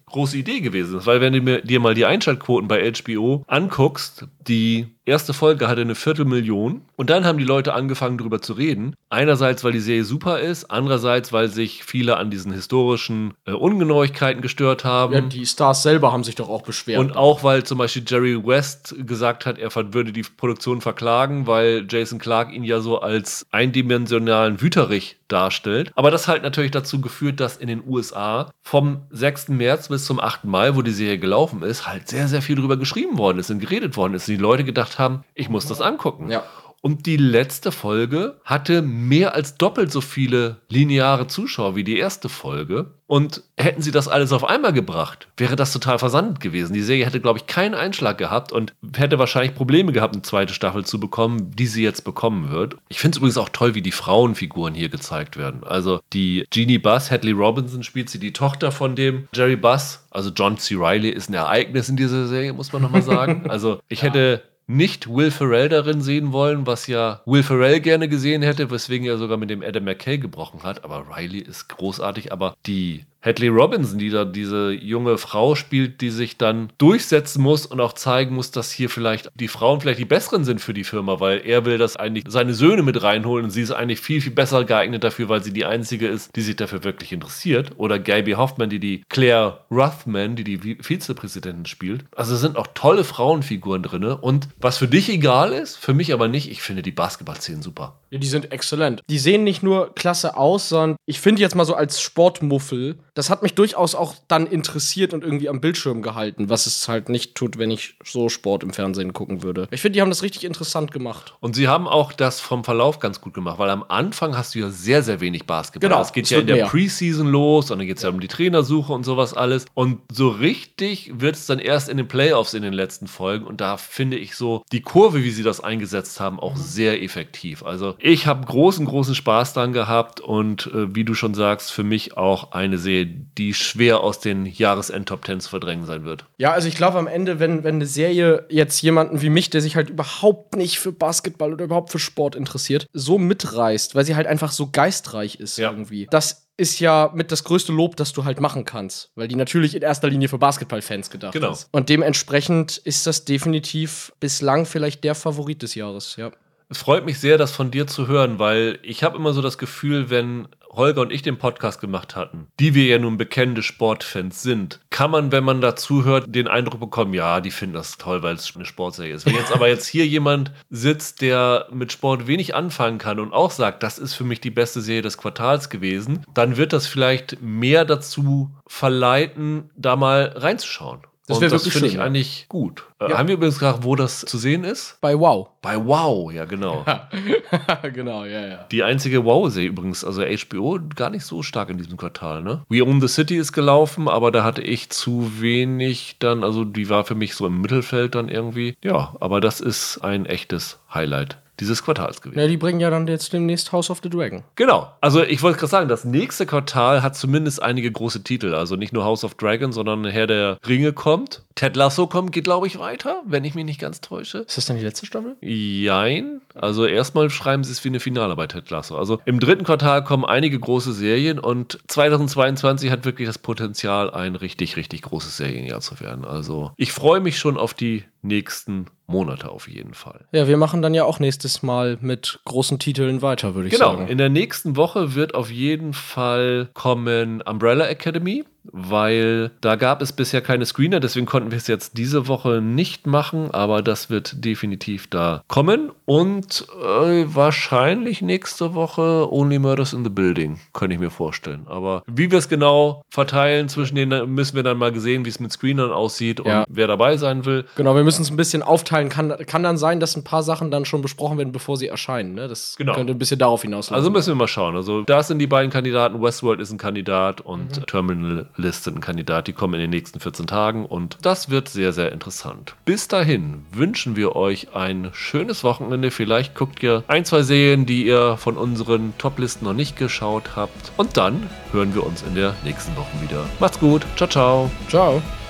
Speaker 1: große Idee gewesen ist. Weil wenn du mir, dir mal die Einschaltquoten bei H B O anguckst, die erste Folge hatte eine Viertelmillion und dann haben die Leute angefangen, darüber zu reden. Einerseits, weil die Serie super ist, andererseits, weil sich viele an diesen historischen äh, Ungenauigkeiten gestört haben.
Speaker 2: Ja, die Stars selber haben sich doch auch beschwert.
Speaker 1: Und auch, weil zum Beispiel Jerry West gesagt hat, er würde die Produktion verklagen, weil Jason Clarke ihn ja so als eindimensionalen Wüterich darstellt. Aber das hat natürlich dazu geführt, dass in den U S A vom sechsten März bis zum achten Mai, wo die Serie gelaufen ist, halt sehr, sehr viel drüber geschrieben worden ist und geredet worden ist. Und die Leute gedacht haben, ich muss das angucken.
Speaker 2: Ja.
Speaker 1: Und die letzte Folge hatte mehr als doppelt so viele lineare Zuschauer wie die erste Folge. Und hätten sie das alles auf einmal gebracht, wäre das total versandt gewesen. Die Serie hätte, glaube ich, keinen Einschlag gehabt und hätte wahrscheinlich Probleme gehabt, eine zweite Staffel zu bekommen, die sie jetzt bekommen wird. Ich finde es übrigens auch toll, wie die Frauenfiguren hier gezeigt werden. Also die Jeannie Buss, Hadley Robinson spielt sie, die Tochter von dem Jerry Buss. Also John C. Reilly ist ein Ereignis in dieser Serie, muss man nochmal sagen. Also ich ja. hätte nicht Will Ferrell darin sehen wollen, was ja Will Ferrell gerne gesehen hätte, weswegen er sogar mit dem Adam McKay gebrochen hat. Aber Reilly ist großartig. Aber die Hadley Robinson, die da diese junge Frau spielt, die sich dann durchsetzen muss und auch zeigen muss, dass hier vielleicht die Frauen vielleicht die besseren sind für die Firma, weil er will das eigentlich seine Söhne mit reinholen und sie ist eigentlich viel, viel besser geeignet dafür, weil sie die einzige ist, die sich dafür wirklich interessiert. Oder Gaby Hoffmann, die die Claire Rothman, die die Vizepräsidentin spielt. Also es sind auch tolle Frauenfiguren drin. Und was für dich egal ist, für mich aber nicht, ich finde die Basketball-Szenen super.
Speaker 2: Ja, die sind exzellent. Die sehen nicht nur klasse aus, sondern ich finde jetzt mal so als Sportmuffel, das hat mich durchaus auch dann interessiert und irgendwie am Bildschirm gehalten, was es halt nicht tut, wenn ich so Sport im Fernsehen gucken würde. Ich finde, die haben das richtig interessant gemacht.
Speaker 1: Und sie haben auch das vom Verlauf ganz gut gemacht, weil am Anfang hast du ja sehr, sehr wenig Basketball.
Speaker 2: Genau.
Speaker 1: Es geht ja in der mehr. Preseason los und dann geht es ja um die Trainersuche und sowas alles. Und so richtig wird es dann erst in den Playoffs in den letzten Folgen und da finde ich so die Kurve, wie sie das eingesetzt haben, auch sehr effektiv. Also ich habe großen, großen Spaß dran gehabt und äh, wie du schon sagst, für mich auch eine Serie, die schwer aus den Jahresend-Top Ten zu verdrängen sein wird.
Speaker 2: Ja, also ich glaube am Ende, wenn, wenn eine Serie jetzt jemanden wie mich, der sich halt überhaupt nicht für Basketball oder überhaupt für Sport interessiert, so mitreißt, weil sie halt einfach so geistreich ist ja. irgendwie. Das ist ja mit das größte Lob, das du halt machen kannst, weil die natürlich in erster Linie für Basketballfans gedacht
Speaker 1: genau.
Speaker 2: ist. Und dementsprechend ist das definitiv bislang vielleicht der Favorit des Jahres, ja.
Speaker 1: Es freut mich sehr, das von dir zu hören, weil ich habe immer so das Gefühl, wenn Holger und ich den Podcast gemacht hatten, die wir ja nun bekennende Sportfans sind, kann man, wenn man dazu hört, den Eindruck bekommen, ja, die finden das toll, weil es eine Sportserie ist. Wenn jetzt aber jetzt hier jemand sitzt, der mit Sport wenig anfangen kann und auch sagt, das ist für mich die beste Serie des Quartals gewesen, dann wird das vielleicht mehr dazu verleiten, da mal reinzuschauen.
Speaker 2: Das wäre
Speaker 1: wirklich
Speaker 2: schön.
Speaker 1: Das finde ich eigentlich gut.
Speaker 2: Ja.
Speaker 1: Äh, haben wir übrigens gesagt, wo das zu sehen ist?
Speaker 2: Bei Wow.
Speaker 1: Bei Wow, ja genau.
Speaker 2: Genau, ja, ja.
Speaker 1: Die einzige Wow-Serie übrigens, also H B O, gar nicht so stark in diesem Quartal, ne? We Own the City ist gelaufen, aber da hatte ich zu wenig dann, also die war für mich so im Mittelfeld dann irgendwie. Ja, aber das ist ein echtes Highlight dieses Quartals gewesen.
Speaker 2: Ja, die bringen ja dann jetzt demnächst House of the Dragon.
Speaker 1: Genau. Also ich wollte gerade sagen, das nächste Quartal hat zumindest einige große Titel. Also nicht nur House of Dragon, sondern Herr der Ringe kommt. Ted Lasso kommt, geht glaube ich weiter, wenn ich mich nicht ganz täusche.
Speaker 2: Ist das dann die letzte Staffel?
Speaker 1: Jein. Also erstmal schreiben sie es wie eine Finale bei Ted Lasso. Also im dritten Quartal kommen einige große Serien und zweitausendzweiundzwanzig hat wirklich das Potenzial, ein richtig, richtig großes Serienjahr zu werden. Also ich freue mich schon auf die nächsten Monate auf jeden Fall.
Speaker 2: Ja, wir machen dann ja auch nächstes Mal mit großen Titeln weiter, würde ich
Speaker 1: genau.
Speaker 2: sagen.
Speaker 1: Genau, in der nächsten Woche wird auf jeden Fall kommen Umbrella Academy, weil da gab es bisher keine Screener, deswegen konnten wir es jetzt diese Woche nicht machen, aber das wird definitiv da kommen und äh, wahrscheinlich nächste Woche Only Murders in the Building, könnte ich mir vorstellen. Aber wie wir es genau verteilen zwischen denen, müssen wir dann mal sehen, wie es mit Screenern aussieht und
Speaker 2: ja.
Speaker 1: wer dabei sein will.
Speaker 2: Genau, wir müssen es ein bisschen aufteilen. Kann, kann dann sein, dass ein paar Sachen dann schon besprochen werden, bevor sie erscheinen. Ne? Das
Speaker 1: genau.
Speaker 2: könnte ein bisschen darauf hinauslaufen.
Speaker 1: Also müssen wir mal schauen. Also da sind die beiden Kandidaten. Westworld ist ein Kandidat und mhm. Terminal List sind ein Kandidat. Die kommen in den nächsten vierzehn Tagen und das wird sehr, sehr interessant. Bis dahin wünschen wir euch ein schönes Wochenende. Vielleicht guckt ihr ein, zwei Serien, die ihr von unseren Toplisten noch nicht geschaut habt. Und dann hören wir uns in der nächsten Woche wieder. Macht's gut. Ciao, ciao.
Speaker 2: Ciao.